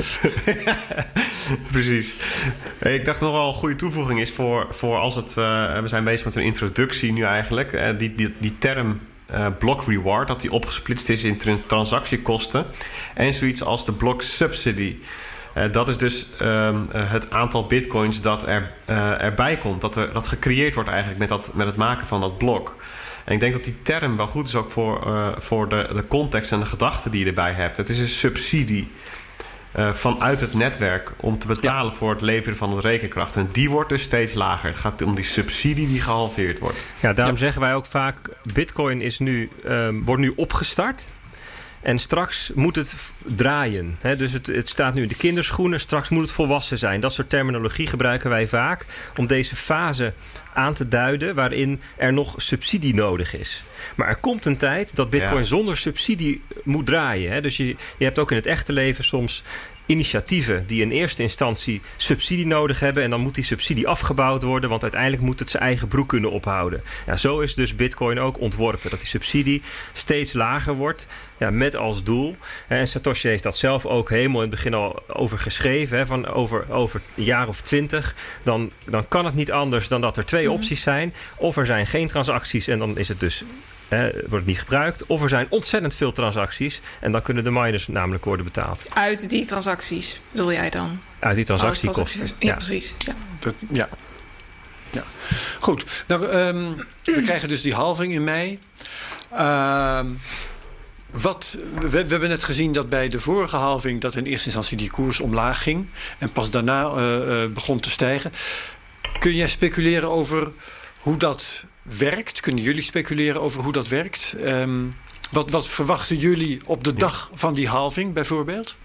Precies. Ik dacht dat nog wel een goede toevoeging is voor, voor als het... Uh, we zijn bezig met een introductie nu eigenlijk. Uh, die, die, die term uh, block reward, dat die opgesplitst is in transactiekosten. En zoiets als de block subsidy. Uh, dat is dus um, uh, het aantal bitcoins dat er, uh, erbij komt. Dat, er, dat gecreëerd wordt eigenlijk met, dat, met het maken van dat blok. En ik denk dat die term wel goed is ook voor, uh, voor de, de context en de gedachten die je erbij hebt. Het is een subsidie. Uh, vanuit het netwerk om te betalen ja. voor het leveren van de rekenkracht. En die wordt dus steeds lager. Het gaat om die subsidie die gehalveerd wordt. Ja, daarom ja. zeggen wij ook vaak, Bitcoin is nu, um, wordt nu opgestart. En straks moet het draaien. Hè? Dus het, het staat nu in de kinderschoenen. Straks moet het volwassen zijn. Dat soort terminologie gebruiken wij vaak om deze fase aan te duiden waarin er nog subsidie nodig is. Maar er komt een tijd dat Bitcoin ja. zonder subsidie moet draaien. Hè? Dus je, je hebt ook in het echte leven soms initiatieven die in eerste instantie subsidie nodig hebben. En dan moet die subsidie afgebouwd worden, want uiteindelijk moet het zijn eigen broek kunnen ophouden. Ja, zo is dus Bitcoin ook ontworpen. Dat die subsidie steeds lager wordt, ja, met als doel. En Satoshi heeft dat zelf ook helemaal in het begin al over geschreven. Hè, van over, over een jaar of twintig. Dan, dan kan het niet anders dan dat er twee mm-hmm. opties zijn. Of er zijn geen transacties en dan is het dus... Eh, wordt het niet gebruikt. Of er zijn ontzettend veel transacties. En dan kunnen de miners namelijk worden betaald. Uit die transacties, bedoel jij dan? Uit die transactiekosten. Ja, ja, precies. Ja. Dat, ja. ja. Goed. Nou, um, we krijgen dus die halving in mei. Uh, wat, we, we hebben net gezien dat bij de vorige halving... dat in eerste instantie die koers omlaag ging. En pas daarna uh, uh, begon te stijgen. Kun jij speculeren over hoe dat... werkt? Kunnen jullie speculeren over hoe dat werkt? Um, wat, wat verwachten jullie op de dag van die halving bijvoorbeeld?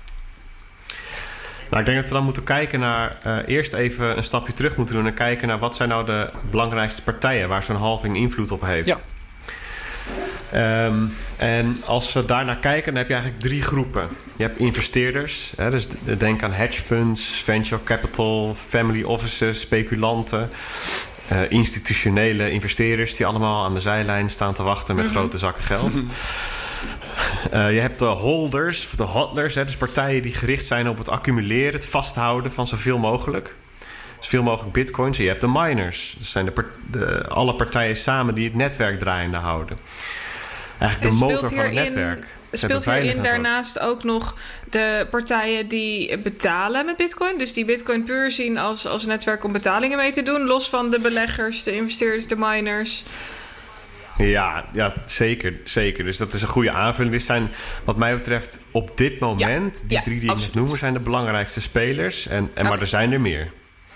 Nou, ik denk dat we dan moeten kijken naar... Uh, eerst even een stapje terug moeten doen... en kijken naar wat zijn nou de belangrijkste partijen... waar zo'n halving invloed op heeft. Ja. Um, en als we daarnaar kijken, dan heb je eigenlijk drie groepen. Je hebt investeerders, hè, dus denk aan hedge funds, venture capital, family offices, speculanten... Uh, institutionele investeerders die allemaal aan de zijlijn staan te wachten met mm-hmm. grote zakken geld. uh, je hebt de holders, de hodlers, hè, dus partijen die gericht zijn op het accumuleren, het vasthouden van zoveel mogelijk. Zoveel mogelijk bitcoins. En je hebt de miners. Dat zijn de, part- de, alle partijen samen die het netwerk draaiende houden. Eigenlijk de motor van het netwerk. Speelt hierin daarnaast ook nog de partijen die betalen met bitcoin? Dus die bitcoin puur zien als, als netwerk om betalingen mee te doen... los van de beleggers, de investeerders, de miners? Ja, ja zeker, zeker. Dus dat is een goede aanvulling. Dit zijn wat mij betreft op dit moment... Ja, die ja, drie die absoluut. ik noemen zijn de belangrijkste spelers. En, en, okay. Maar er zijn er meer.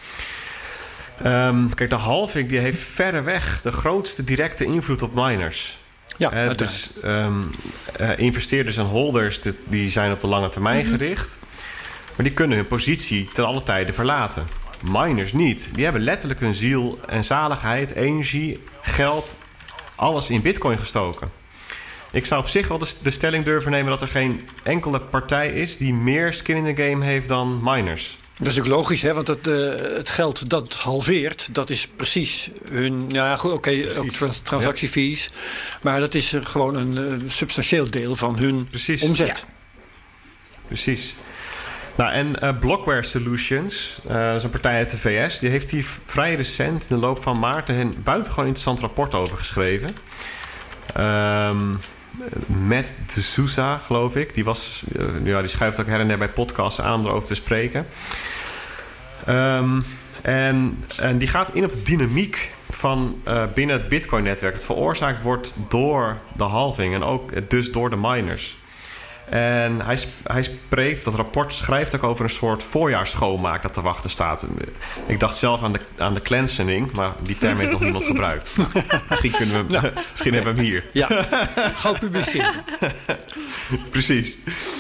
Um, kijk, de halving die heeft verreweg de grootste directe invloed op miners... Ja, uh, dus um, uh, investeerders en holders die, die zijn op de lange termijn mm-hmm. gericht. Maar die kunnen hun positie ten alle tijde verlaten. Miners niet. Die hebben letterlijk hun ziel en zaligheid, energie, geld, alles in bitcoin gestoken. Ik zou op zich wel de, de stelling durven nemen dat er geen enkele partij is die meer skin in the game heeft dan miners. Dat is ook logisch, hè? Want het, uh, het geld dat halveert, dat is precies hun... Nou ja, goed, oké, okay, ook trans- transactiefees. Ja. Maar dat is gewoon een uh, substantieel deel van hun precies. omzet. Ja. Precies. Nou, en uh, Blockware Solutions, uh, dat is een partij uit de V S... die heeft hier vrij recent in de loop van maart... een buitengewoon interessant rapport over geschreven. Um, Matt de Souza, geloof ik. Die, was, uh, ja, die schuift ook her en der bij podcasts aan om erover te spreken. Um, en, en die gaat in op de dynamiek van uh, binnen het Bitcoin-netwerk. Het veroorzaakt wordt door de halving en ook dus door de miners. En hij, hij spreekt, dat rapport schrijft ook over een soort voorjaarsschoonmaak dat te wachten staat. Ik dacht zelf aan de, aan de cleansing, maar die term heeft nog niemand gebruikt. Nou, misschien kunnen we, ja. misschien hebben we hem hier. Ja, gauw publiceren. Precies.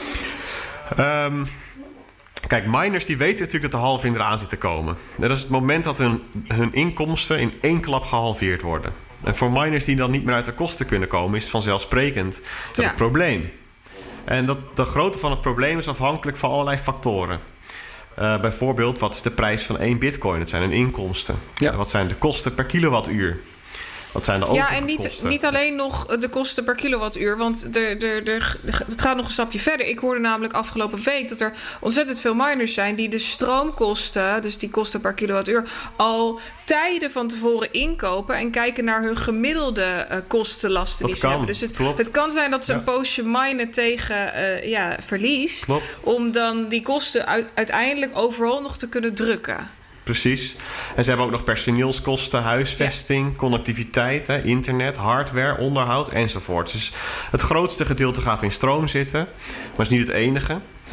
Um, kijk, miners die weten natuurlijk dat de halving eraan zit te komen. Dat is het moment dat hun, hun inkomsten in één klap gehalveerd worden. En voor miners die dan niet meer uit de kosten kunnen komen, is het vanzelfsprekend dat ja. het probleem. En dat, de grootte van het probleem is afhankelijk van allerlei factoren. Uh, bijvoorbeeld, wat is de prijs van één bitcoin? Dat zijn hun inkomsten. Ja. Wat zijn de kosten per kilowattuur? Wat zijn de overige Ja, en niet, kosten? niet alleen nog de kosten per kilowattuur. Want de, de, de, het gaat nog een stapje verder. Ik hoorde namelijk afgelopen week dat er ontzettend veel miners zijn die de stroomkosten, dus die kosten per kilowattuur, al tijden van tevoren inkopen en kijken naar hun gemiddelde uh, kostenlasten die dat ze kan, hebben. Dus het, klopt. het kan zijn dat ze ja. een poosje minen tegen uh, ja, verlies. Klopt. Om dan die kosten uit, uiteindelijk overal nog te kunnen drukken. Precies. En ze hebben ook nog personeelskosten, huisvesting, ja. connectiviteit, hè, internet, hardware, onderhoud enzovoort. Dus het grootste gedeelte gaat in stroom zitten, maar is niet het enige.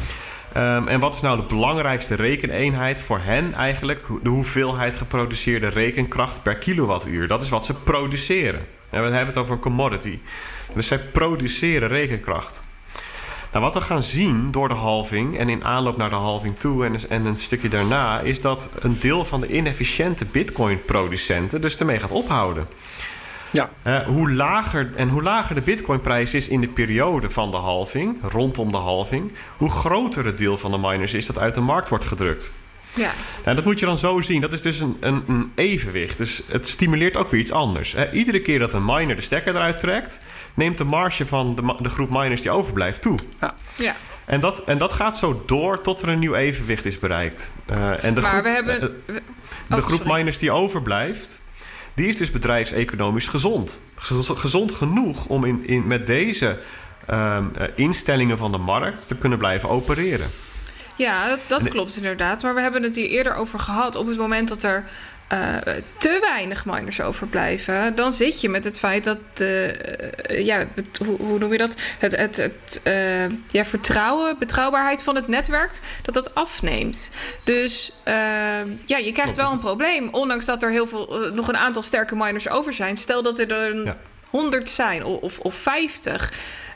Um, en wat is nou de belangrijkste rekeneenheid voor hen eigenlijk? De hoeveelheid geproduceerde rekenkracht per kilowattuur. Dat is wat ze produceren. En we hebben het over een commodity. Dus zij produceren rekenkracht. Nou, wat we gaan zien door de halving en in aanloop naar de halving toe en, en een stukje daarna, is dat een deel van de inefficiënte bitcoin-producenten dus ermee gaat ophouden. Ja. Uh, hoe lager, en hoe lager de bitcoinprijs is in de periode van de halving, rondom de halving, hoe groter het deel van de miners is dat uit de markt wordt gedrukt. Ja. Nou, dat moet je dan zo zien. Dat is dus een, een, een evenwicht. Dus het stimuleert ook weer iets anders. Hè. Iedere keer dat een miner de stekker eruit trekt, neemt de marge van de, de groep miners die overblijft toe. Ja. Ja. En dat, en dat gaat zo door tot er een nieuw evenwicht is bereikt. Uh, en de maar groep, we hebben... uh, we, de oh, groep sorry. miners die overblijft, die is dus bedrijfseconomisch gezond. Gezond genoeg om in, in, met deze um, uh, instellingen van de markt te kunnen blijven opereren. Ja, dat, dat klopt inderdaad. Maar we hebben het hier eerder over gehad. Op het moment dat er uh, te weinig miners overblijven, dan zit je met het feit dat uh, ja, het, hoe, hoe noem je dat? Het, het, het uh, ja, vertrouwen, betrouwbaarheid van het netwerk, dat dat afneemt. Dus uh, ja, je krijgt wel een probleem. Ondanks dat er heel veel, uh, nog een aantal sterke miners over zijn. Stel dat er een ja. honderd zijn of, of vijftig.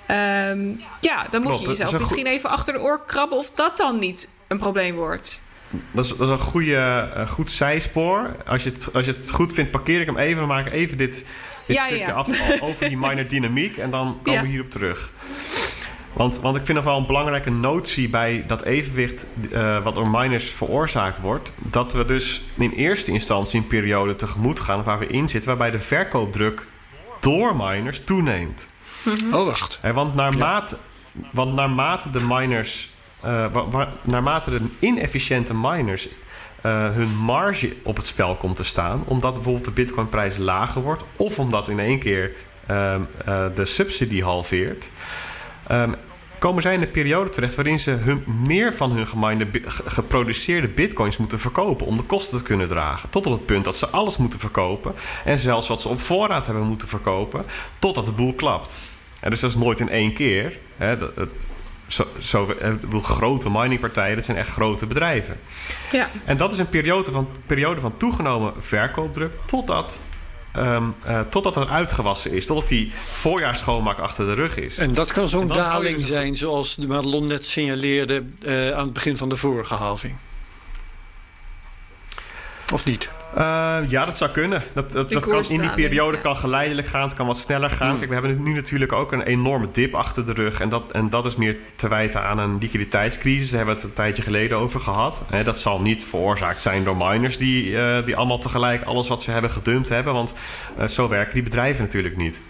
Um, ja, dan moet Klopt, je jezelf misschien go- even achter de oor krabben of dat dan niet een probleem wordt. Dat is, dat is een goede, uh, goed zijspoor. Als je, het, als je het goed vindt, parkeer ik hem even. Dan maak ik even dit, dit ja, stukje ja. af over die miner dynamiek. En dan komen ja. we hierop terug. Want, want ik vind nog wel een belangrijke notie bij dat evenwicht uh, wat door miners veroorzaakt wordt. Dat we dus in eerste instantie een periode tegemoet gaan waar we in zitten, waarbij de verkoopdruk door miners toeneemt. Mm-hmm. Oh, wacht. He, want, naarmate, ja. want naarmate de miners, uh, wa, wa, naarmate de inefficiënte miners uh, hun marge op het spel komt te staan, omdat bijvoorbeeld de bitcoinprijs lager wordt, of omdat in één keer uh, uh, de subsidie halveert, um, komen zij in een periode terecht waarin ze hun, meer van hun geminde, geproduceerde bitcoins moeten verkopen om de kosten te kunnen dragen. Tot op het punt dat ze alles moeten verkopen en zelfs wat ze op voorraad hebben moeten verkopen, totdat de boel klapt. En dus dat is nooit in één keer. Hè, dat, dat, zo, zo, uh, grote miningpartijen, dat zijn echt grote bedrijven. Ja. En dat is een periode van, periode van toegenomen verkoopdruk totdat Um, uh, totdat er uitgewassen is. Totdat die voorjaarsschoonmaak achter de rug is. En dat kan zo'n daling dus zijn zoals de Madelon net signaleerde uh, aan het begin van de vorige halving. Of niet? Uh, ja, dat zou kunnen. Dat, dat, dat kan, in die periode ja. kan geleidelijk gaan. Het kan wat sneller gaan. Mm. Kijk, we hebben nu natuurlijk ook een enorme dip achter de rug. En dat, en dat is meer te wijten aan een liquiditeitscrisis. Daar hebben we het een tijdje geleden over gehad. He, dat zal niet veroorzaakt zijn door miners die, uh, die allemaal tegelijk alles wat ze hebben gedumpt hebben. Want uh, zo werken die bedrijven natuurlijk niet.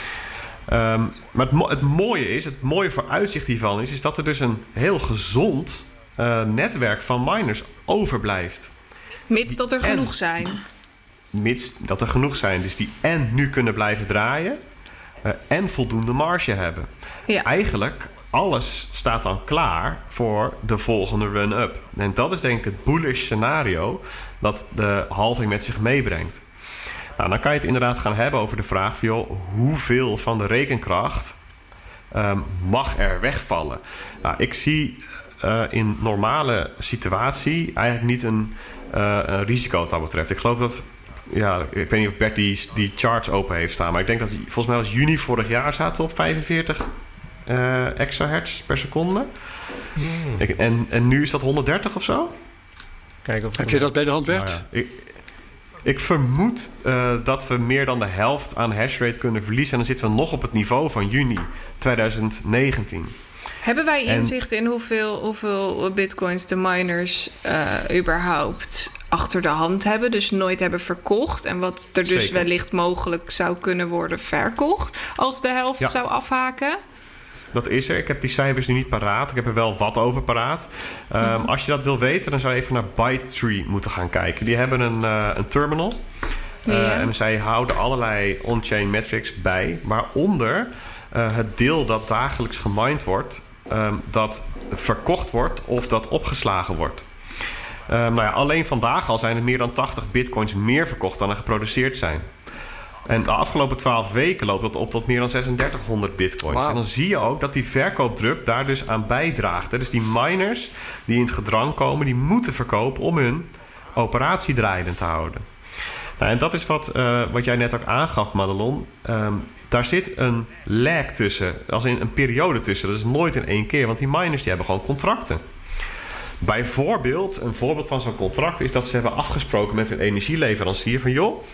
Um, maar het, mo- het mooie is, het mooie vooruitzicht hiervan is, is dat er dus een heel gezond uh, netwerk van miners overblijft. Mits dat er en, genoeg zijn. Mits dat er genoeg zijn. Dus die en nu kunnen blijven draaien. Uh, en voldoende marge hebben. Ja. Eigenlijk, alles staat dan klaar voor de volgende run-up. En dat is denk ik het bullish scenario dat de halving met zich meebrengt. Nou, dan kan je het inderdaad gaan hebben over de vraag van, joh, hoeveel van de rekenkracht um, mag er wegvallen? Nou, ik zie uh, in normale situatie eigenlijk niet een Uh, een risico wat dat betreft. Ik geloof dat, ja, ik weet niet of Bert die, die charts open heeft staan, maar ik denk dat volgens mij was juni vorig jaar zaten we op vijfenveertig uh, exahertz per seconde. Hmm. Ik, en, en nu is dat honderddertig of zo? Kijk of Heb je dat bij de hand, Bert? Nou ja, ik, ik vermoed uh, dat we meer dan de helft aan hashrate kunnen verliezen en dan zitten we nog op het niveau van juni twintig negentien. Hebben wij inzicht en, in hoeveel, hoeveel bitcoins de miners uh, überhaupt achter de hand hebben, dus nooit hebben verkocht en wat er dus Zeker. wellicht mogelijk zou kunnen worden verkocht als de helft ja. zou afhaken? Dat is er. Ik heb die cijfers nu niet paraat. Ik heb er wel wat over paraat. Um, mm-hmm. Als je dat wil weten, dan zou je even naar ByteTree moeten gaan kijken. Die hebben een, uh, een terminal. Uh, ja. En zij houden allerlei on-chain metrics bij, waaronder uh, het deel dat dagelijks gemined wordt, Um, dat verkocht wordt of dat opgeslagen wordt. Um, nou ja, alleen vandaag al zijn er meer dan tachtig bitcoins meer verkocht dan er geproduceerd zijn. En de afgelopen twaalf weken loopt dat op tot meer dan zesenzdertighonderd bitcoins. Wow. En dan zie je ook dat die verkoopdruk daar dus aan bijdraagt. Dus die miners die in het gedrang komen, die moeten verkopen om hun operatie draaiend te houden. Nou, en dat is wat, uh, wat jij net ook aangaf, Madelon. Um, daar zit een lag tussen, als in een periode tussen. Dat is nooit in één keer, want die miners die hebben gewoon contracten. Bijvoorbeeld, een voorbeeld van zo'n contract is dat ze hebben afgesproken met hun energieleverancier van joh,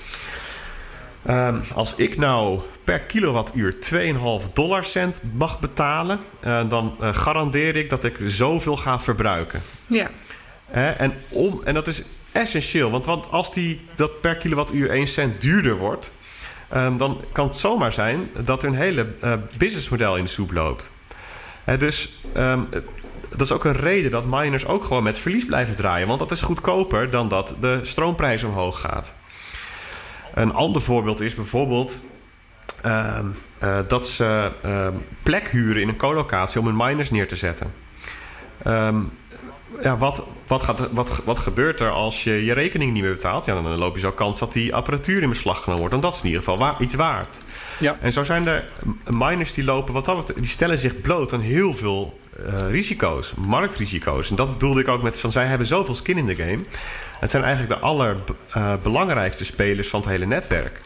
um, als ik nou per kilowattuur twee komma vijf dollarcent mag betalen, uh, dan uh, garandeer ik dat ik zoveel ga verbruiken. Ja. Uh, en, om, en dat is essentieel, want, want als die, dat per kilowattuur één cent duurder wordt, um, dan kan het zomaar zijn dat hun hele uh, businessmodel in de soep loopt. Uh, dus um, dat is ook een reden dat miners ook gewoon met verlies blijven draaien. Want dat is goedkoper dan dat de stroomprijs omhoog gaat. Een ander voorbeeld is bijvoorbeeld uh, uh, dat ze uh, plek huren in een colocatie om hun miners neer te zetten. Um, ja, wat, wat, gaat, wat, wat gebeurt er als je je rekening niet meer betaalt? Ja, dan loop je zo kans dat die apparatuur in beslag genomen wordt. Want dat is in ieder geval wa- iets waard. Ja. En zo zijn er miners die lopen, wat dat, die stellen zich bloot aan heel veel uh, risico's, marktrisico's. En dat bedoelde ik ook met van zij hebben zoveel skin in de game. Het zijn eigenlijk de allerbelangrijkste uh, spelers van het hele netwerk.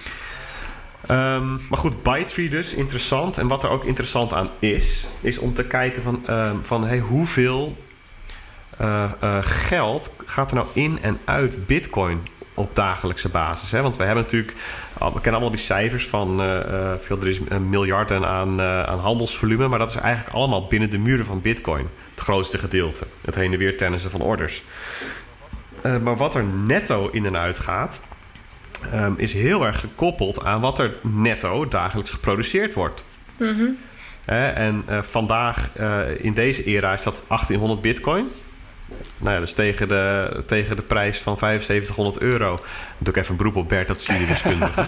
Um, maar goed, Bytree dus, interessant. En wat er ook interessant aan is, is om te kijken van, uh, van hey, hoeveel uh, uh, geld gaat er nou in en uit Bitcoin op dagelijkse basis. Hè? Want we hebben natuurlijk, we kennen allemaal die cijfers van uh, veel, er is miljarden aan, uh, aan handelsvolume, maar dat is eigenlijk allemaal binnen de muren van Bitcoin. Het grootste gedeelte. Het heen en weer tennissen van orders. Uh, maar wat er netto in en uit gaat, um, is heel erg gekoppeld aan wat er netto dagelijks geproduceerd wordt. Mm-hmm. Uh, en uh, vandaag, uh, in deze era, is dat achttienhonderd bitcoin. Nou ja, dus tegen de, tegen de prijs van vijfenzeventighonderd euro. Doe ik even een beroep op Bert, dat is jullie deskundige.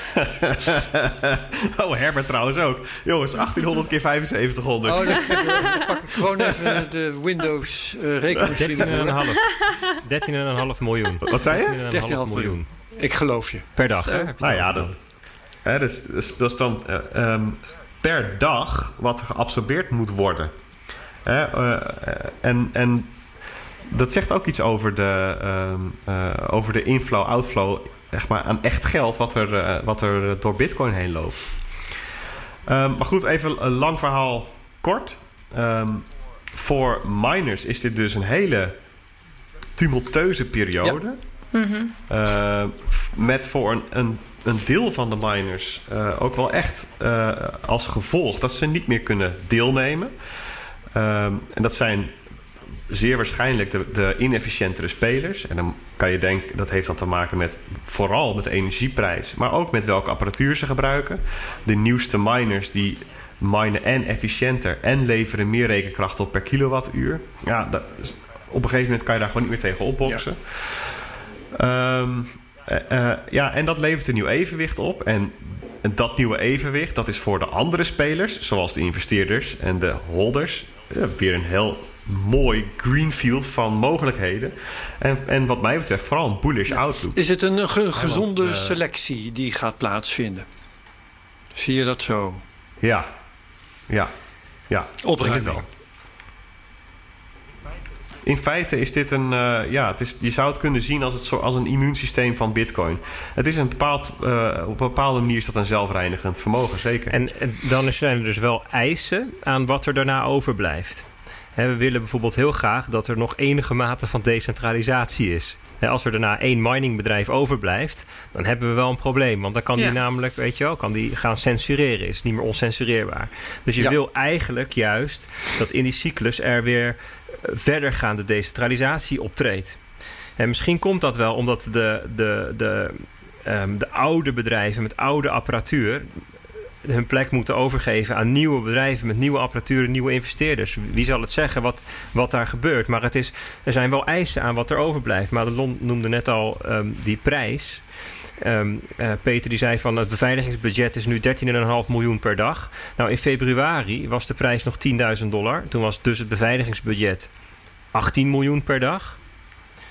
Oh, Herbert trouwens ook. Jongens, achttienhonderd keer vijfenzeventighonderd. Oh, dan pak ik gewoon even de Windows uh, rekenmachine. dertien komma vijf miljoen. Wat zei je? dertien komma vijf miljoen. Ik geloof je. Per dag, hè? Nou ja, dat, hè, dus, dus, dat is dan uh, um, per dag wat geabsorbeerd moet worden. Hè, uh, en... en dat zegt ook iets over de, uh, uh, over de inflow, outflow, zeg maar, aan echt geld wat er, uh, wat er door Bitcoin heen loopt. Um, maar goed, even een lang verhaal kort. Um, voor miners is dit dus een hele tumultueuze periode. Ja. Mm-hmm. Uh, met voor een, een, een deel van de miners uh, ook wel echt uh, als gevolg dat ze niet meer kunnen deelnemen. Um, en dat zijn zeer waarschijnlijk de, de inefficiëntere spelers. En dan kan je denken, dat heeft dan te maken met vooral met de energieprijs, maar ook met welke apparatuur ze gebruiken. De nieuwste miners die minen en efficiënter en leveren meer rekenkracht op per kilowattuur. Ja, dat, op een gegeven moment kan je daar gewoon niet meer tegen opboksen. Ja. Um, uh, uh, ja, en dat levert een nieuw evenwicht op. En dat nieuwe evenwicht, dat is voor de andere spelers, zoals de investeerders en de holders, ja, weer een heel mooi greenfield van mogelijkheden. En, en wat mij betreft vooral een bullish outlook. Is het een ge- gezonde ja, want, uh, selectie die gaat plaatsvinden? Zie je dat zo? Ja. Ja. Ja. Opruiming. In feite is dit een, uh, ja, het is, je zou het kunnen zien als, het zo, als een immuunsysteem van Bitcoin. Het is een bepaald, uh, op een bepaalde manier is dat een zelfreinigend vermogen, zeker. En, en dan zijn er dus wel eisen aan wat er daarna overblijft. He, we willen bijvoorbeeld heel graag dat er nog enige mate van decentralisatie is. He, als er daarna één miningbedrijf overblijft, dan hebben we wel een probleem. Want dan kan ja. die namelijk, weet je wel, kan die gaan censureren. Is niet meer oncensureerbaar. Dus je ja. wil eigenlijk juist dat in die cyclus er weer verdergaande decentralisatie optreedt. En misschien komt dat wel omdat de, de, de, um, de oude bedrijven met oude apparatuur hun plek moeten overgeven aan nieuwe bedrijven met nieuwe apparatuur en nieuwe investeerders. Wie zal het zeggen wat, wat daar gebeurt? Maar het is, er zijn wel eisen aan wat er overblijft. Maar Madelon noemde net al um, die prijs. Um, uh, Peter die zei van het beveiligingsbudget is nu dertien komma vijf miljoen per dag. Nou, in februari was de prijs nog tienduizend dollar. Toen was dus het beveiligingsbudget achttien miljoen per dag.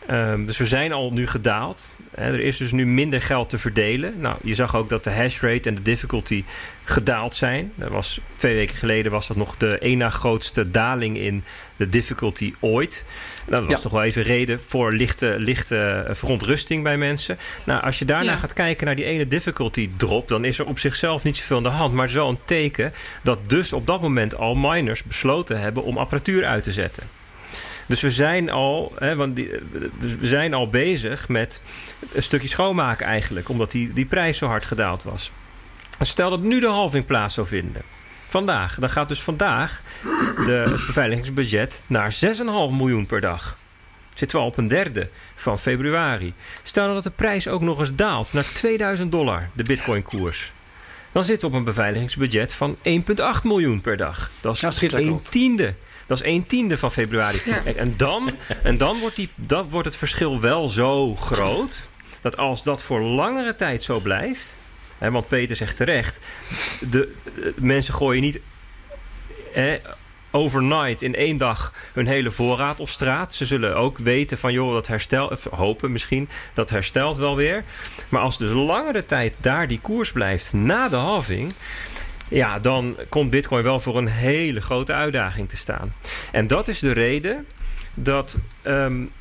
Um, dus we zijn al nu gedaald. Hè, er is dus nu minder geld te verdelen. Nou, je zag ook dat de hash rate en de difficulty gedaald zijn. Dat was, twee weken geleden was dat nog de één na grootste daling in de difficulty ooit. Nou, dat was ja. toch wel even reden voor lichte, lichte verontrusting bij mensen. Nou, als je daarna ja. gaat kijken naar die ene difficulty drop, dan is er op zichzelf niet zoveel aan de hand. Maar het is wel een teken dat dus op dat moment al miners besloten hebben om apparatuur uit te zetten. Dus we zijn al, hè, want die, we zijn al bezig met een stukje schoonmaken eigenlijk, omdat die, die prijs zo hard gedaald was. Stel dat nu de halving plaats zou vinden. Vandaag. Dan gaat dus vandaag de, het beveiligingsbudget naar zes komma vijf miljoen per dag. Zitten we al op een derde van februari. Stel nou dat de prijs ook nog eens daalt naar tweeduizend dollar, de bitcoinkoers. Dan zitten we op een beveiligingsbudget van één komma acht miljoen per dag. Dat is ja, een tiende. Dat is een tiende van februari. Ja. En dan, en dan wordt, die, dat wordt het verschil wel zo groot, dat als dat voor langere tijd zo blijft, hè, want Peter zegt terecht, de, de mensen gooien niet hè, overnight in één dag hun hele voorraad op straat. Ze zullen ook weten van, joh, dat herstelt, of hopen misschien, dat herstelt wel weer. Maar als dus langere tijd daar die koers blijft na de halving, ja, dan komt Bitcoin wel voor een hele grote uitdaging te staan. En dat is de reden dat, um,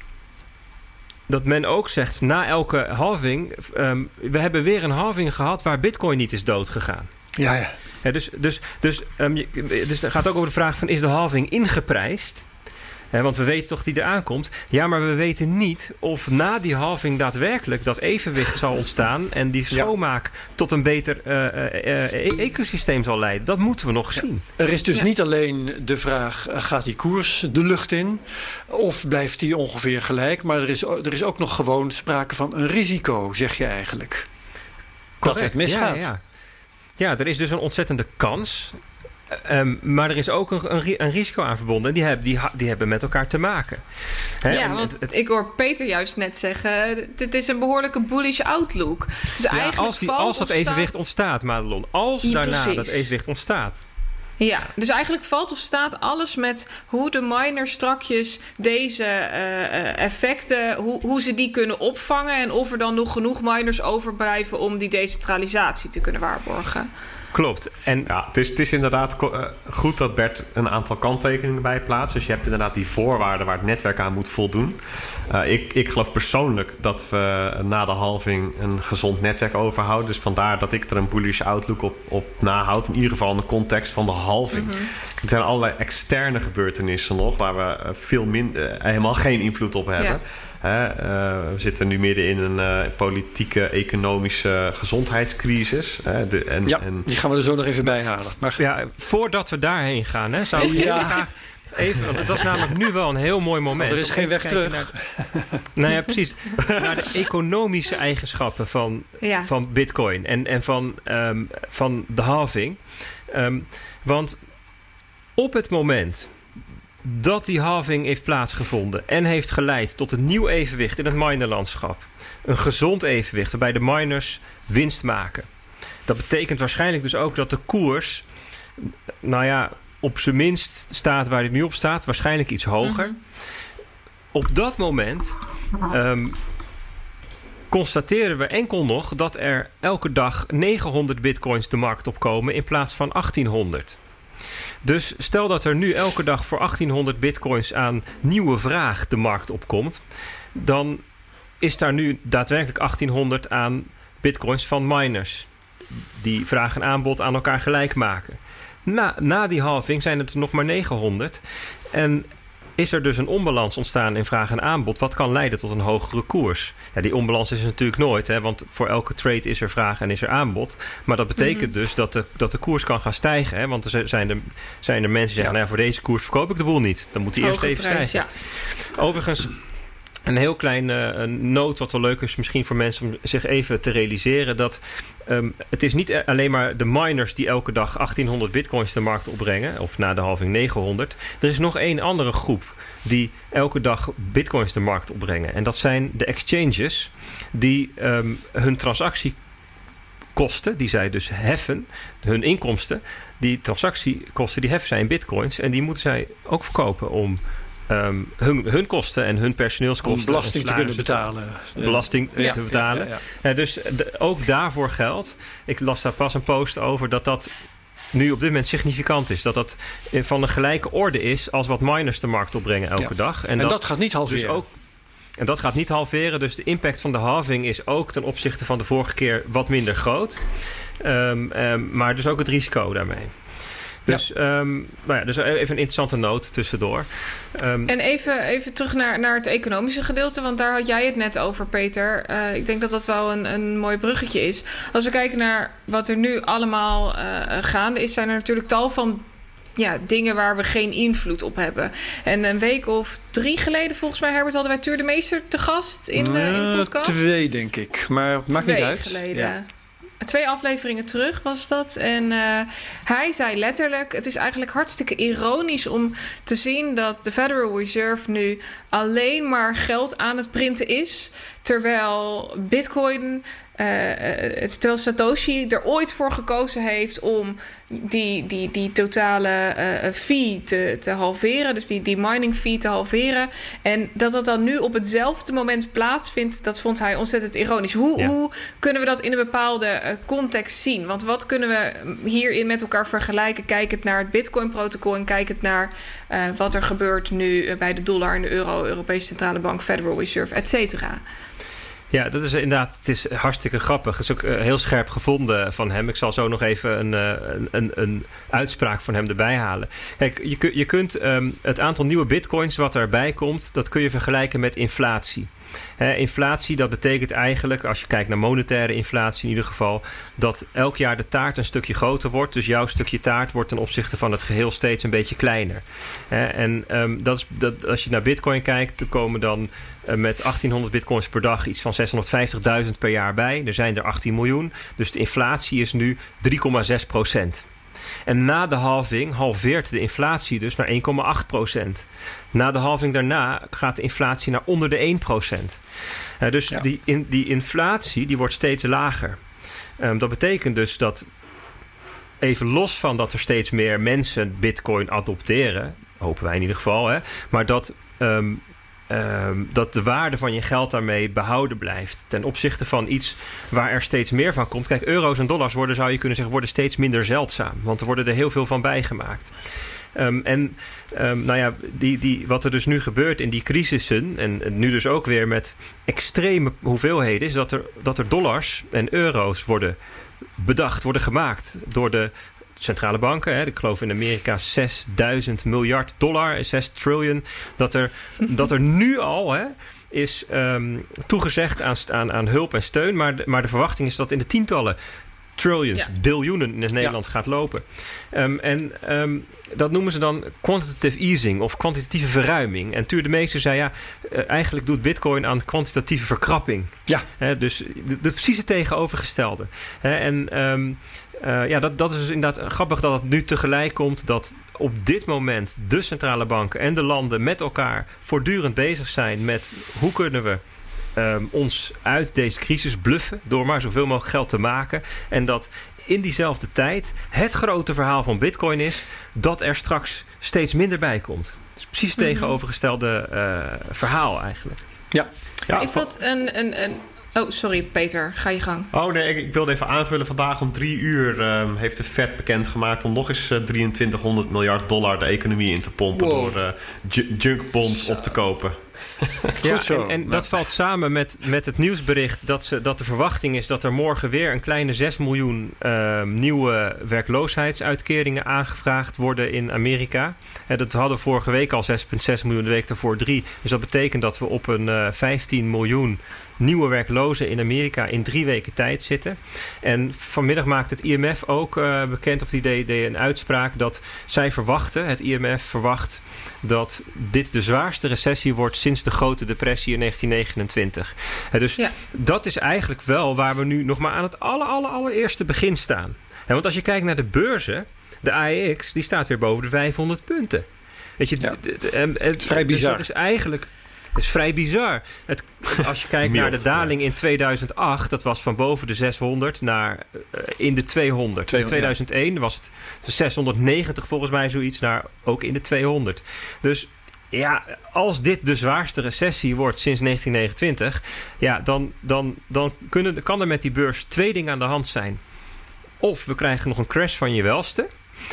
dat men ook zegt, na elke halving, um, we hebben weer een halving gehad waar Bitcoin niet is doodgegaan. Ja, ja. Ja, dus, dus, dus, um, je, dus het gaat ook over de vraag van, is de halving ingeprijsd? He, want we weten toch die eraan komt. Ja, maar we weten niet of na die halving daadwerkelijk dat evenwicht zal ontstaan en die schoonmaak ja. tot een beter uh, uh, uh, ecosysteem zal leiden. Dat moeten we nog zien. Er is dus ja. niet alleen de vraag, gaat die koers de lucht in of blijft die ongeveer gelijk, maar er is, er is ook nog gewoon sprake van een risico, zeg je eigenlijk. Correct. Dat het misgaat. Ja, ja. ja, er is dus een ontzettende kans. Um, maar er is ook een, een, een risico aan verbonden. En die, heb, die, die hebben met elkaar te maken. He, ja, want het, het, ik hoor Peter juist net zeggen, het is een behoorlijke bullish outlook. Dus ja, eigenlijk als, die, als dat evenwicht staat, ontstaat, Madelon. Als ja, daarna precies. dat evenwicht ontstaat. Ja, dus eigenlijk valt of staat alles met hoe de miners strakjes deze uh, effecten, hoe, hoe ze die kunnen opvangen en of er dan nog genoeg miners overblijven om die decentralisatie te kunnen waarborgen. Klopt. En ja, het, is, het is inderdaad uh, goed dat Bert een aantal kanttekeningen bij plaatst. Dus je hebt inderdaad die voorwaarden waar het netwerk aan moet voldoen. Uh, ik, ik geloof persoonlijk dat we na de halving een gezond netwerk overhouden. Dus vandaar dat ik er een bullish outlook op, op nahoud. In ieder geval in de context van de halving. Mm-hmm. Er zijn allerlei externe gebeurtenissen nog waar we veel minder, uh, helemaal geen invloed op hebben. Ja. He, uh, we zitten nu midden in een uh, politieke, economische gezondheidscrisis. He, de, en, ja, en, die gaan we er zo nog even bij halen. Maar ja, voordat we daarheen gaan, hè, zou ik ja. graag even, want dat is namelijk nu wel een heel mooi moment. Want er is geen weg terug. Naar, nou ja, precies. Naar de economische eigenschappen van, ja. van Bitcoin en, en van, um, van de halving. Um, want op het moment dat die halving heeft plaatsgevonden en heeft geleid tot een nieuw evenwicht in het minerlandschap. Een gezond evenwicht waarbij de miners winst maken. Dat betekent waarschijnlijk dus ook dat de koers, nou ja, op zijn minst staat waar hij nu op staat. Waarschijnlijk iets hoger. Mm-hmm. Op dat moment um, constateren we enkel nog dat er elke dag negenhonderd bitcoins de markt opkomen in plaats van achttienhonderd. Dus stel dat er nu elke dag voor achttienhonderd bitcoins aan nieuwe vraag de markt opkomt, dan is daar nu daadwerkelijk achttienhonderd aan bitcoins van miners die vraag en aanbod aan elkaar gelijk maken. Na, na die halving zijn het er nog maar negenhonderd en is er dus een onbalans ontstaan in vraag en aanbod, wat kan leiden tot een hogere koers. Ja, die onbalans is er natuurlijk nooit, hè, want voor elke trade is er vraag en is er aanbod. Maar dat betekent mm-hmm. dus dat de, dat de koers kan gaan stijgen. Hè, want er zijn er, zijn er mensen die zeggen, ja. nou ja, voor deze koers verkoop ik de boel niet. Dan moet die eerst even prijs, stijgen. Ja. Overigens, een heel klein uh, noot wat wel leuk is misschien voor mensen om zich even te realiseren, dat um, het is niet alleen maar de miners die elke dag achttienhonderd bitcoins de markt opbrengen, of na de halving negenhonderd. Er is nog één andere groep die elke dag bitcoins de markt opbrengen. En dat zijn de exchanges die um, hun transactiekosten, die zij dus heffen, hun inkomsten, die transactiekosten die heffen zij in bitcoins en die moeten zij ook verkopen om um, hun, hun kosten en hun personeelskosten. Om belasting te kunnen betalen. Belasting ja, te betalen. Ja, ja, ja. Uh, dus de, ook daarvoor geldt. Ik las daar pas een post over dat dat nu op dit moment significant is. Dat dat van een gelijke orde is als wat miners de markt opbrengen elke ja. dag. En, en dat, dat gaat niet halveren. Dus ook, en dat gaat niet halveren. Dus de impact van de halving is ook ten opzichte van de vorige keer wat minder groot. Um, um, maar dus ook het risico daarmee. Dus, ja. Um, nou ja, dus even een interessante noot tussendoor. Um, en even, even terug naar, naar het economische gedeelte, want daar had jij het net over, Peter. Uh, ik denk dat dat wel een, een mooi bruggetje is. Als we kijken naar wat er nu allemaal uh, gaande is, zijn er natuurlijk tal van ja, dingen waar we geen invloed op hebben. En een week of drie geleden, volgens mij, Herbert, hadden wij Tuur de Meester te gast in, uh, in de podcast. Twee, denk ik. Maar het maakt twee niet uit. Geleden. Ja. Twee afleveringen terug was dat. En uh, hij zei letterlijk, het is eigenlijk hartstikke ironisch om te zien dat de Federal Reserve nu alleen maar geld aan het printen is, terwijl Bitcoin, uh, terwijl Satoshi er ooit voor gekozen heeft om die, die, die totale uh, fee te, te halveren. Dus die, die mining fee te halveren. En dat dat dan nu op hetzelfde moment plaatsvindt, dat vond hij ontzettend ironisch. Hoe, ja. hoe kunnen we dat in een bepaalde uh, context zien? Want wat kunnen we hierin met elkaar vergelijken? Kijkend naar het Bitcoin-protocol en kijkend naar uh, wat er gebeurt nu uh, bij de dollar en de euro, Europese Centrale Bank, Federal Reserve, et cetera. Ja, dat is inderdaad, het is hartstikke grappig. Het is ook uh, heel scherp gevonden van hem. Ik zal zo nog even een, uh, een, een, een uitspraak van hem erbij halen. Kijk, je, je kunt um, het aantal nieuwe bitcoins wat erbij komt, dat kun je vergelijken met inflatie. He, inflatie, dat betekent eigenlijk, als je kijkt naar monetaire inflatie in ieder geval, dat elk jaar de taart een stukje groter wordt. Dus jouw stukje taart wordt ten opzichte van het geheel steeds een beetje kleiner. He, en um, dat is, dat, als je naar bitcoin kijkt, dan komen dan uh, met achttienhonderd bitcoins per dag iets van zeshonderdvijftigduizend per jaar bij. Er zijn er achttien miljoen. Dus de inflatie is nu drie komma zes procent. En na de halving halveert de inflatie dus naar één komma acht procent. Na de halving daarna gaat de inflatie naar onder de één procent. Uh, dus ja. die, in, die inflatie die wordt steeds lager. Um, dat betekent dus dat, even los van dat er steeds meer mensen bitcoin adopteren, hopen wij in ieder geval, hè, maar dat Um, Um, dat de waarde van je geld daarmee behouden blijft ten opzichte van iets waar er steeds meer van komt. Kijk, euro's en dollars worden, zou je kunnen zeggen, worden steeds minder zeldzaam. Want er worden er heel veel van bijgemaakt. Um, en um, nou ja, die, die, wat er dus nu gebeurt in die crisissen, en, en nu dus ook weer met extreme hoeveelheden, is dat er, dat er dollars en euro's worden bedacht, worden gemaakt door de centrale banken, hè, ik geloof in Amerika zesduizend miljard dollar, zes triljoen, dat er, dat er nu al hè, is um, toegezegd aan, aan, aan hulp en steun, maar de, maar de verwachting is dat in de tientallen trillions, ja. biljoenen in het Nederland ja. gaat lopen. Um, en um, dat noemen ze dan quantitative easing of kwantitatieve verruiming. En Tuur de Meester zei ja, uh, eigenlijk doet Bitcoin aan kwantitatieve verkrapping. Ja. Uh, dus de, de precieze tegenovergestelde. Uh, en um, uh, ja, dat, dat is dus inderdaad grappig dat het nu tegelijk komt dat op dit moment de centrale banken en de landen met elkaar voortdurend bezig zijn met hoe kunnen we Um, ons uit deze crisis bluffen door maar zoveel mogelijk geld te maken. En dat in diezelfde tijd het grote verhaal van Bitcoin is dat er straks steeds minder bij komt. Het is precies het tegenovergestelde uh, verhaal eigenlijk. Ja. ja is dat een, een, een... Oh, sorry Peter, ga je gang. Oh nee, ik, ik wilde even aanvullen. Vandaag om drie uur um, heeft de Fed bekendgemaakt om nog eens uh, drieëntwintighonderd miljard dollar de economie in te pompen wow. door uh, j- junkbonds Zo. op te kopen. Ja, Goed zo. En, en dat valt samen met, met het nieuwsbericht dat, ze, dat de verwachting is dat er morgen weer een kleine zes miljoen uh, nieuwe werkloosheidsuitkeringen aangevraagd worden in Amerika. En dat hadden we vorige week al zes komma zes miljoen, de week daarvoor drie. Dus dat betekent dat we op een uh, vijftien miljoen nieuwe werklozen in Amerika in drie weken tijd zitten. En vanmiddag maakt het I M F ook uh, bekend, of die deed, deed een uitspraak, dat zij verwachten, het I M F verwacht, dat dit de zwaarste recessie wordt sinds de Grote Depressie in negentien negenentwintig. Uh, dus ja. dat is eigenlijk wel waar we nu nog maar aan het aller, aller, allereerste begin staan. Uh, want als je kijkt naar de beurzen, de A E X, die staat weer boven de vijfhonderd punten. Weet je, ja. d- d- en, en, het is vrij bizar. Dus dat is eigenlijk... Dat is vrij bizar. Het, als je kijkt naar de daling in tweeduizend acht, dat was van boven de zeshonderd naar uh, in de tweehonderd. tweehonderd. In tweeduizend één was het zeshonderdnegentig volgens mij zoiets, naar ook in de tweehonderd. Dus ja, als dit de zwaarste recessie wordt sinds negentien negenentwintig... ja, dan, dan, dan kunnen, kan er met die beurs twee dingen aan de hand zijn. Of we krijgen nog een crash van je welste...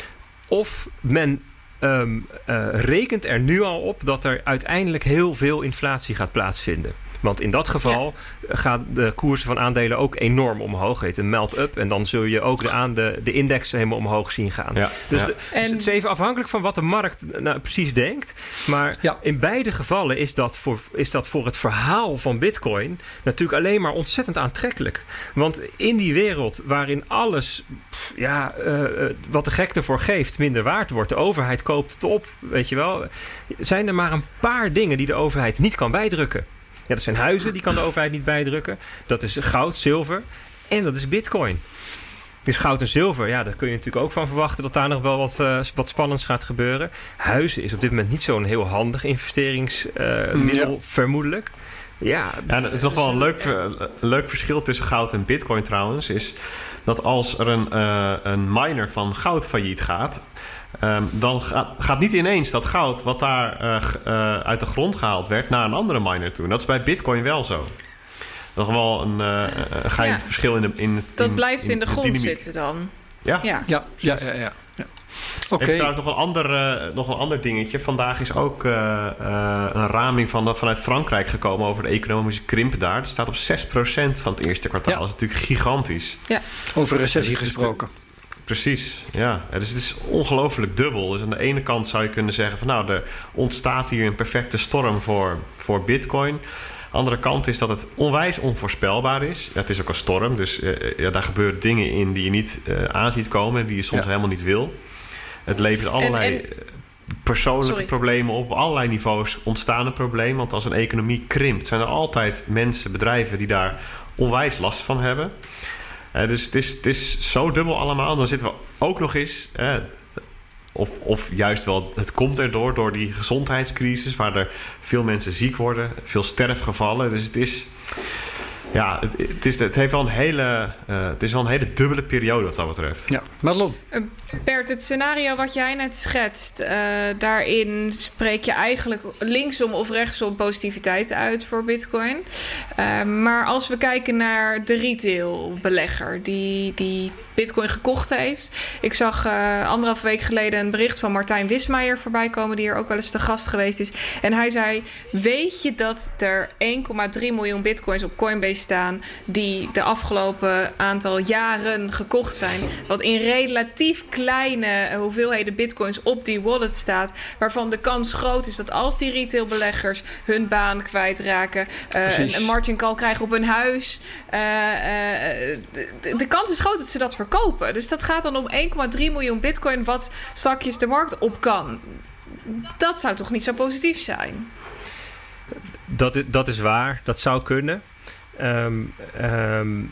of men um, uh, rekent er nu al op dat er uiteindelijk heel veel inflatie gaat plaatsvinden. Want in dat geval ja. gaan de koersen van aandelen ook enorm omhoog. Het heet een melt-up. En dan zul je ook de, aan de, de indexen helemaal omhoog zien gaan. Ja. Dus, ja. De, dus en... het is even afhankelijk van wat de markt nou precies denkt. Maar ja. in beide gevallen is dat, voor, is dat voor het verhaal van Bitcoin natuurlijk alleen maar ontzettend aantrekkelijk. Want in die wereld waarin alles, ja, uh, wat de gek ervoor geeft, minder waard wordt. De overheid koopt het op, weet je wel. Zijn er maar een paar dingen die de overheid niet kan bijdrukken. Ja, dat zijn huizen, die kan de overheid niet bijdrukken. Dat is goud, zilver en dat is Bitcoin. Dus goud en zilver, ja, daar kun je natuurlijk ook van verwachten... dat daar nog wel wat, uh, wat spannends gaat gebeuren. Huizen is op dit moment niet zo'n heel handig investeringsmiddel, uh, ja. vermoedelijk. Ja, ja, het is nog wel een leuk, echt... leuk verschil tussen goud en Bitcoin trouwens... is dat als er een, uh, een miner van goud failliet gaat... Um, dan gaat, gaat niet ineens dat goud wat daar uh, uh, uit de grond gehaald werd... naar een andere miner toe. En dat is bij Bitcoin wel zo. Dat is wel een, uh, een geheim ja. verschil in de in het Dat in, blijft in, in de grond dynamiek. zitten dan. Ja, ja, ja, ja. ja, ja. ja. Oké. Okay. Trouwens nog een, ander, uh, nog een ander dingetje. Vandaag is ook uh, uh, een raming van, vanuit Frankrijk gekomen... over de economische krimp daar. Dat staat op zes procent van het eerste kwartaal. Ja. Dat is natuurlijk gigantisch. Ja. Over recessie dus gesproken. Precies, ja. Dus het is ongelooflijk dubbel. Dus aan de ene kant zou je kunnen zeggen... van nou, er ontstaat hier een perfecte storm voor, voor Bitcoin. Aan de andere kant is dat het onwijs onvoorspelbaar is. Ja, het is ook een storm, dus uh, ja, daar gebeuren dingen in... die je niet uh, aan ziet komen en die je soms ja. helemaal niet wil. Het levert allerlei en, en... persoonlijke Sorry. problemen op. Op allerlei niveaus ontstaan een probleem. Want als een economie krimpt... zijn er altijd mensen, bedrijven... die daar onwijs last van hebben... Uh, dus het is, het is zo dubbel allemaal. Dan zitten we ook nog eens... Uh, of, of juist wel, het komt erdoor... door die gezondheidscrisis... waar er veel mensen ziek worden... veel sterfgevallen. Dus het is... Ja, het, het, is, het, heeft wel een hele, uh, het is wel een hele dubbele periode wat dat betreft. Ja, Madelon. Uh, Bert, het scenario wat jij net schetst... Uh, daarin spreek je eigenlijk linksom of rechtsom positiviteit uit voor Bitcoin. Uh, maar als we kijken naar de retailbelegger... die, die Bitcoin gekocht heeft... Ik zag uh, anderhalf week geleden een bericht van Martijn Wismeijer voorbij komen... die hier ook wel eens te gast geweest is. En hij zei, weet je dat er één komma drie miljoen Bitcoins op Coinbase staan... die de afgelopen aantal jaren gekocht zijn... wat in relatief kleine hoeveelheden Bitcoins op die wallet staat... waarvan de kans groot is dat als die retailbeleggers hun baan kwijtraken... Uh, een, een margin call krijgen op hun huis... Uh, uh, de, de kans is groot dat ze dat verkopen. Dus dat gaat dan om één komma drie miljoen Bitcoin... wat straks de markt op kan. Dat zou toch niet zo positief zijn? Dat, dat is waar, dat zou kunnen... Um, um,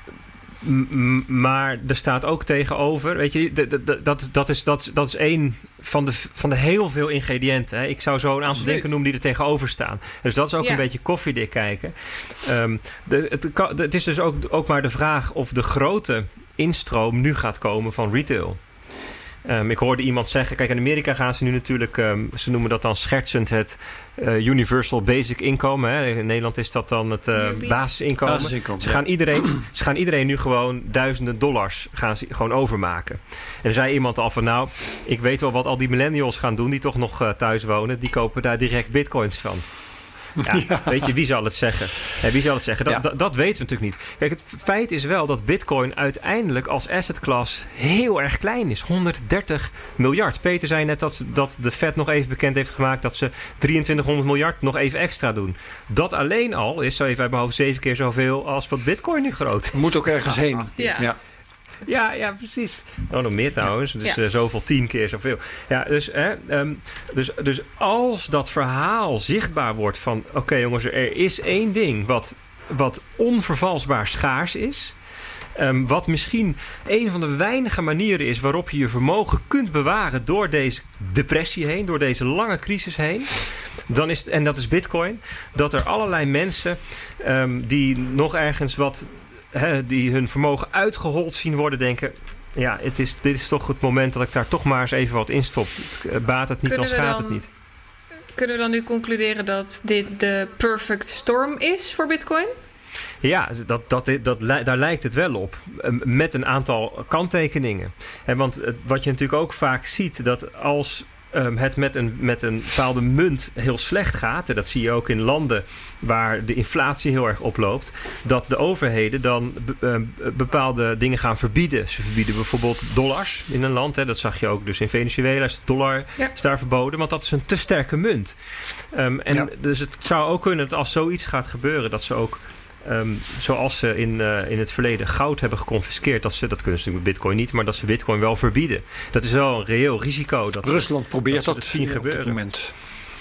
m- maar er staat ook tegenover, weet je, d- d- d- dat, dat, is, dat, dat is één van de, van de heel veel ingrediënten. Hè. Ik zou zo een aantal dingen noemen die er tegenover staan. Dus dat is ook ja. een beetje koffiedik kijken. Um, de, het, de, het is dus ook, ook maar de vraag of de grote instroom nu gaat komen van retail. Um, ik hoorde iemand zeggen... Kijk, in Amerika gaan ze nu natuurlijk... Um, ze noemen dat dan schertsend het uh, Universal Basic Income. Hè. In Nederland is dat dan het uh, basisinkomen. basisinkomen. Ze, gaan iedereen, ze gaan iedereen nu gewoon duizenden dollars gaan ze gewoon overmaken. En er zei iemand al van... Nou, ik weet wel wat al die millennials gaan doen... die toch nog uh, thuis wonen. Die kopen daar direct bitcoins van. Ja, ja. Weet je, wie zal het zeggen? Ja, wie zal het zeggen? Dat, ja. dat, dat weten we natuurlijk niet. Kijk, het feit is wel dat Bitcoin uiteindelijk als asset class heel erg klein is. honderddertig miljard. Peter zei net dat, dat de Fed nog even bekend heeft gemaakt... dat ze drieëntwintighonderd miljard nog even extra doen. Dat alleen al is, zo even uit mijn hoofd, zeven keer zoveel als wat Bitcoin nu groot is. Moet ook ergens heen. Ja. ja. Ja, ja, precies. Oh, nog meer trouwens. Dus ja. uh, zoveel, tien keer zoveel. Ja, dus, hè, um, dus, dus als dat verhaal zichtbaar wordt van... Oké okay, jongens, er is één ding wat, wat onvervalsbaar schaars is... Um, wat misschien een van de weinige manieren is waarop je je vermogen kunt bewaren... door deze depressie heen, door deze lange crisis heen... Dan is, en dat is Bitcoin, dat er allerlei mensen um, die nog ergens wat... He, die hun vermogen uitgehold zien worden, denken... ja, het is, dit is toch het moment dat ik daar toch maar eens even wat in stop. Baat het niet, dan schaadt het niet. kunnen we dan nu concluderen dat dit de perfect storm is voor Bitcoin? Ja, dat, dat, dat, daar lijkt het wel op. Met een aantal kanttekeningen. Want wat je natuurlijk ook vaak ziet, dat als um, het met een, met een bepaalde munt heel slecht gaat, en dat zie je ook in landen waar de inflatie heel erg oploopt, dat de overheden dan be, uh, bepaalde dingen gaan verbieden. Ze verbieden bijvoorbeeld dollars in een land. Hè. Dat zag je ook dus in Venezuela. Is de dollar ja. is daar verboden, want dat is een te sterke munt. Um, en ja. Dus het zou ook kunnen dat als zoiets gaat gebeuren, dat ze ook Um, zoals ze in, uh, in het verleden goud hebben geconfiskeerd, dat ze, dat kunnen ze natuurlijk met Bitcoin niet, maar dat ze Bitcoin wel verbieden. Dat is wel een reëel risico. Dat Rusland probeert dat, dat zien gebeuren. Op dit moment.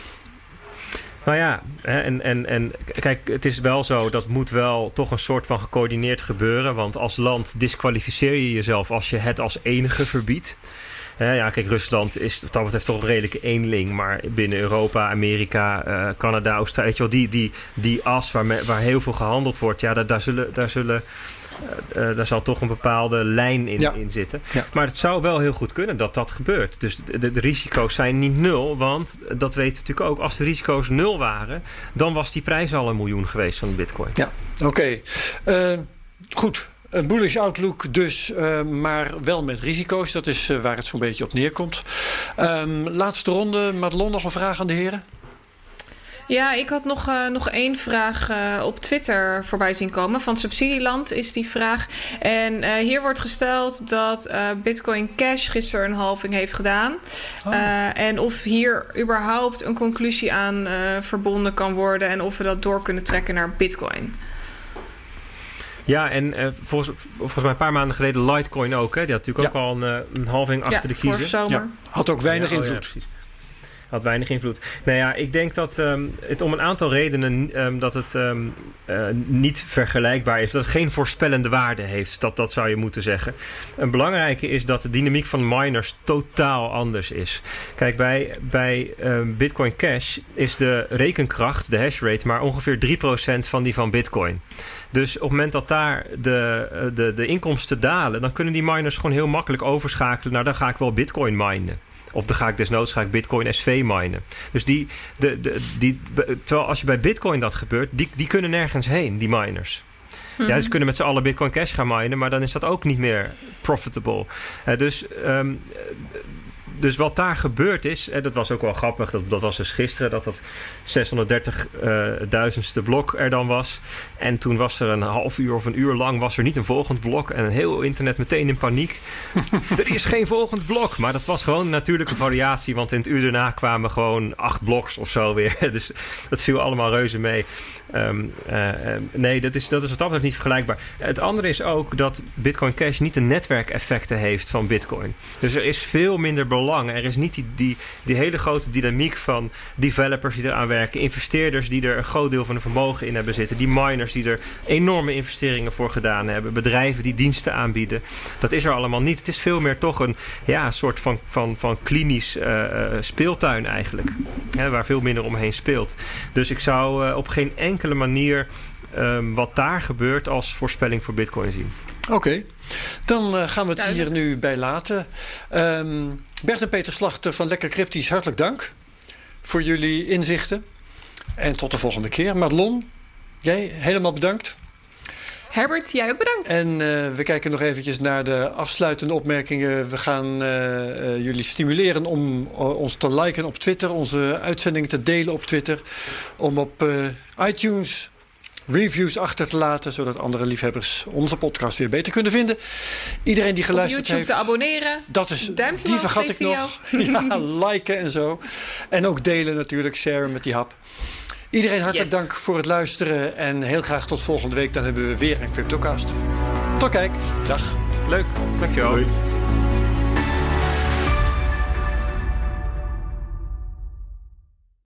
Nou ja, en, en, en kijk, het is wel zo, dat moet wel toch een soort van gecoördineerd gebeuren, want als land disqualificeer je jezelf als je het als enige verbiedt. Ja, kijk, Rusland is wat dat betreft toch een redelijke eenling. Maar binnen Europa, Amerika, uh, Canada, Australië, weet je wel, die, die, die as waar, me, waar heel veel gehandeld wordt, ja, daar, daar zullen, daar zullen uh, uh, daar zal toch een bepaalde lijn in, ja. in zitten. Ja. Maar het zou wel heel goed kunnen dat dat gebeurt. Dus de, de, de risico's zijn niet nul, want dat weten we natuurlijk ook. Als de risico's nul waren, dan was die prijs al een miljoen geweest van de Bitcoin. Ja, oké. Okay. Uh, goed. Een bullish outlook dus, uh, maar wel met risico's. Dat is uh, waar het zo'n beetje op neerkomt. Um, laatste ronde. Madelon, nog een vraag aan de heren? Ja, ik had nog, uh, nog één vraag uh, op Twitter voorbij zien komen. Van Subsidieland is die vraag. En uh, hier wordt gesteld dat uh, Bitcoin Cash gisteren een halving heeft gedaan. Oh. Uh, en of hier überhaupt een conclusie aan uh, verbonden kan worden. En of we dat door kunnen trekken naar Bitcoin. Ja, en uh, volgens, volgens mij een paar maanden geleden Litecoin ook. Hè? Die had natuurlijk ja. ook al een, een halving achter ja, de kiezer. Voor zomer. Ja. Had ook weinig ja, invloed. Oh, ja, had weinig invloed. Nou ja, ik denk dat um, het om een aantal redenen um, dat het um, uh, niet vergelijkbaar is. Dat het geen voorspellende waarde heeft. Dat, dat zou je moeten zeggen. Een belangrijke is dat de dynamiek van miners totaal anders is. Kijk, bij, bij um, Bitcoin Cash is de rekenkracht, de hashrate, maar ongeveer drie procent van die van Bitcoin. Dus op het moment dat daar de, de, de inkomsten dalen, dan kunnen die miners gewoon heel makkelijk overschakelen. Nou, dan ga ik wel Bitcoin minen. Of dan ga ik desnoods ga ik Bitcoin S V minen. Dus die, de, de, die, terwijl als je bij Bitcoin dat gebeurt, die, die kunnen nergens heen, die miners. Mm-hmm. Ja, ze kunnen met z'n allen Bitcoin Cash gaan minen, maar dan is dat ook niet meer profitable. Uh, dus... Um, Dus wat daar gebeurd is, en dat was ook wel grappig, dat, dat was dus gisteren, dat dat zeshonderddertigduizendste blok er dan was. En toen was er een half uur of een uur lang was er niet een volgend blok. En een heel internet meteen in paniek. Er is geen volgend blok. Maar dat was gewoon een natuurlijke variatie, want in het uur daarna kwamen gewoon acht bloks of zo weer. Dus dat viel allemaal reuze mee. Um, uh, uh, nee, dat is, dat is wat dat betreft niet vergelijkbaar. Het andere is ook dat Bitcoin Cash niet de netwerkeffecten heeft van Bitcoin. Dus er is veel minder belang. Er is niet die, die, die hele grote dynamiek van developers die eraan werken, investeerders die er een groot deel van hun vermogen in hebben zitten, die miners die er enorme investeringen voor gedaan hebben, bedrijven die diensten aanbieden. Dat is er allemaal niet. Het is veel meer toch een ja, soort van, van, van klinisch uh, speeltuin eigenlijk. Hè, waar veel minder omheen speelt. Dus ik zou uh, op geen enkele manier um, wat daar gebeurt als voorspelling voor Bitcoin zien. Oké, okay. Dan uh, gaan we het hier nu bij laten. Um, Bert en Peter Slachter van Lekker Cryptisch, hartelijk dank voor jullie inzichten. En tot de volgende keer. Madelon, jij helemaal bedankt. Herbert, jij ook bedankt. En uh, we kijken nog eventjes naar de afsluitende opmerkingen. We gaan uh, uh, jullie stimuleren om uh, ons te liken op Twitter, onze uitzendingen te delen op Twitter, om op uh, iTunes reviews achter te laten, zodat andere liefhebbers onze podcast weer beter kunnen vinden. Iedereen die geluisterd heeft, op YouTube te abonneren. Dat is, Duimpje die vergat ik nog. Ja, liken en zo. En ook delen natuurlijk, sharen met die hap. Iedereen hartelijk yes. dank voor het luisteren en heel graag tot volgende week. Dan hebben we weer een CryptoCast. Tot kijk. Dag. Leuk. Dankjewel. Doei.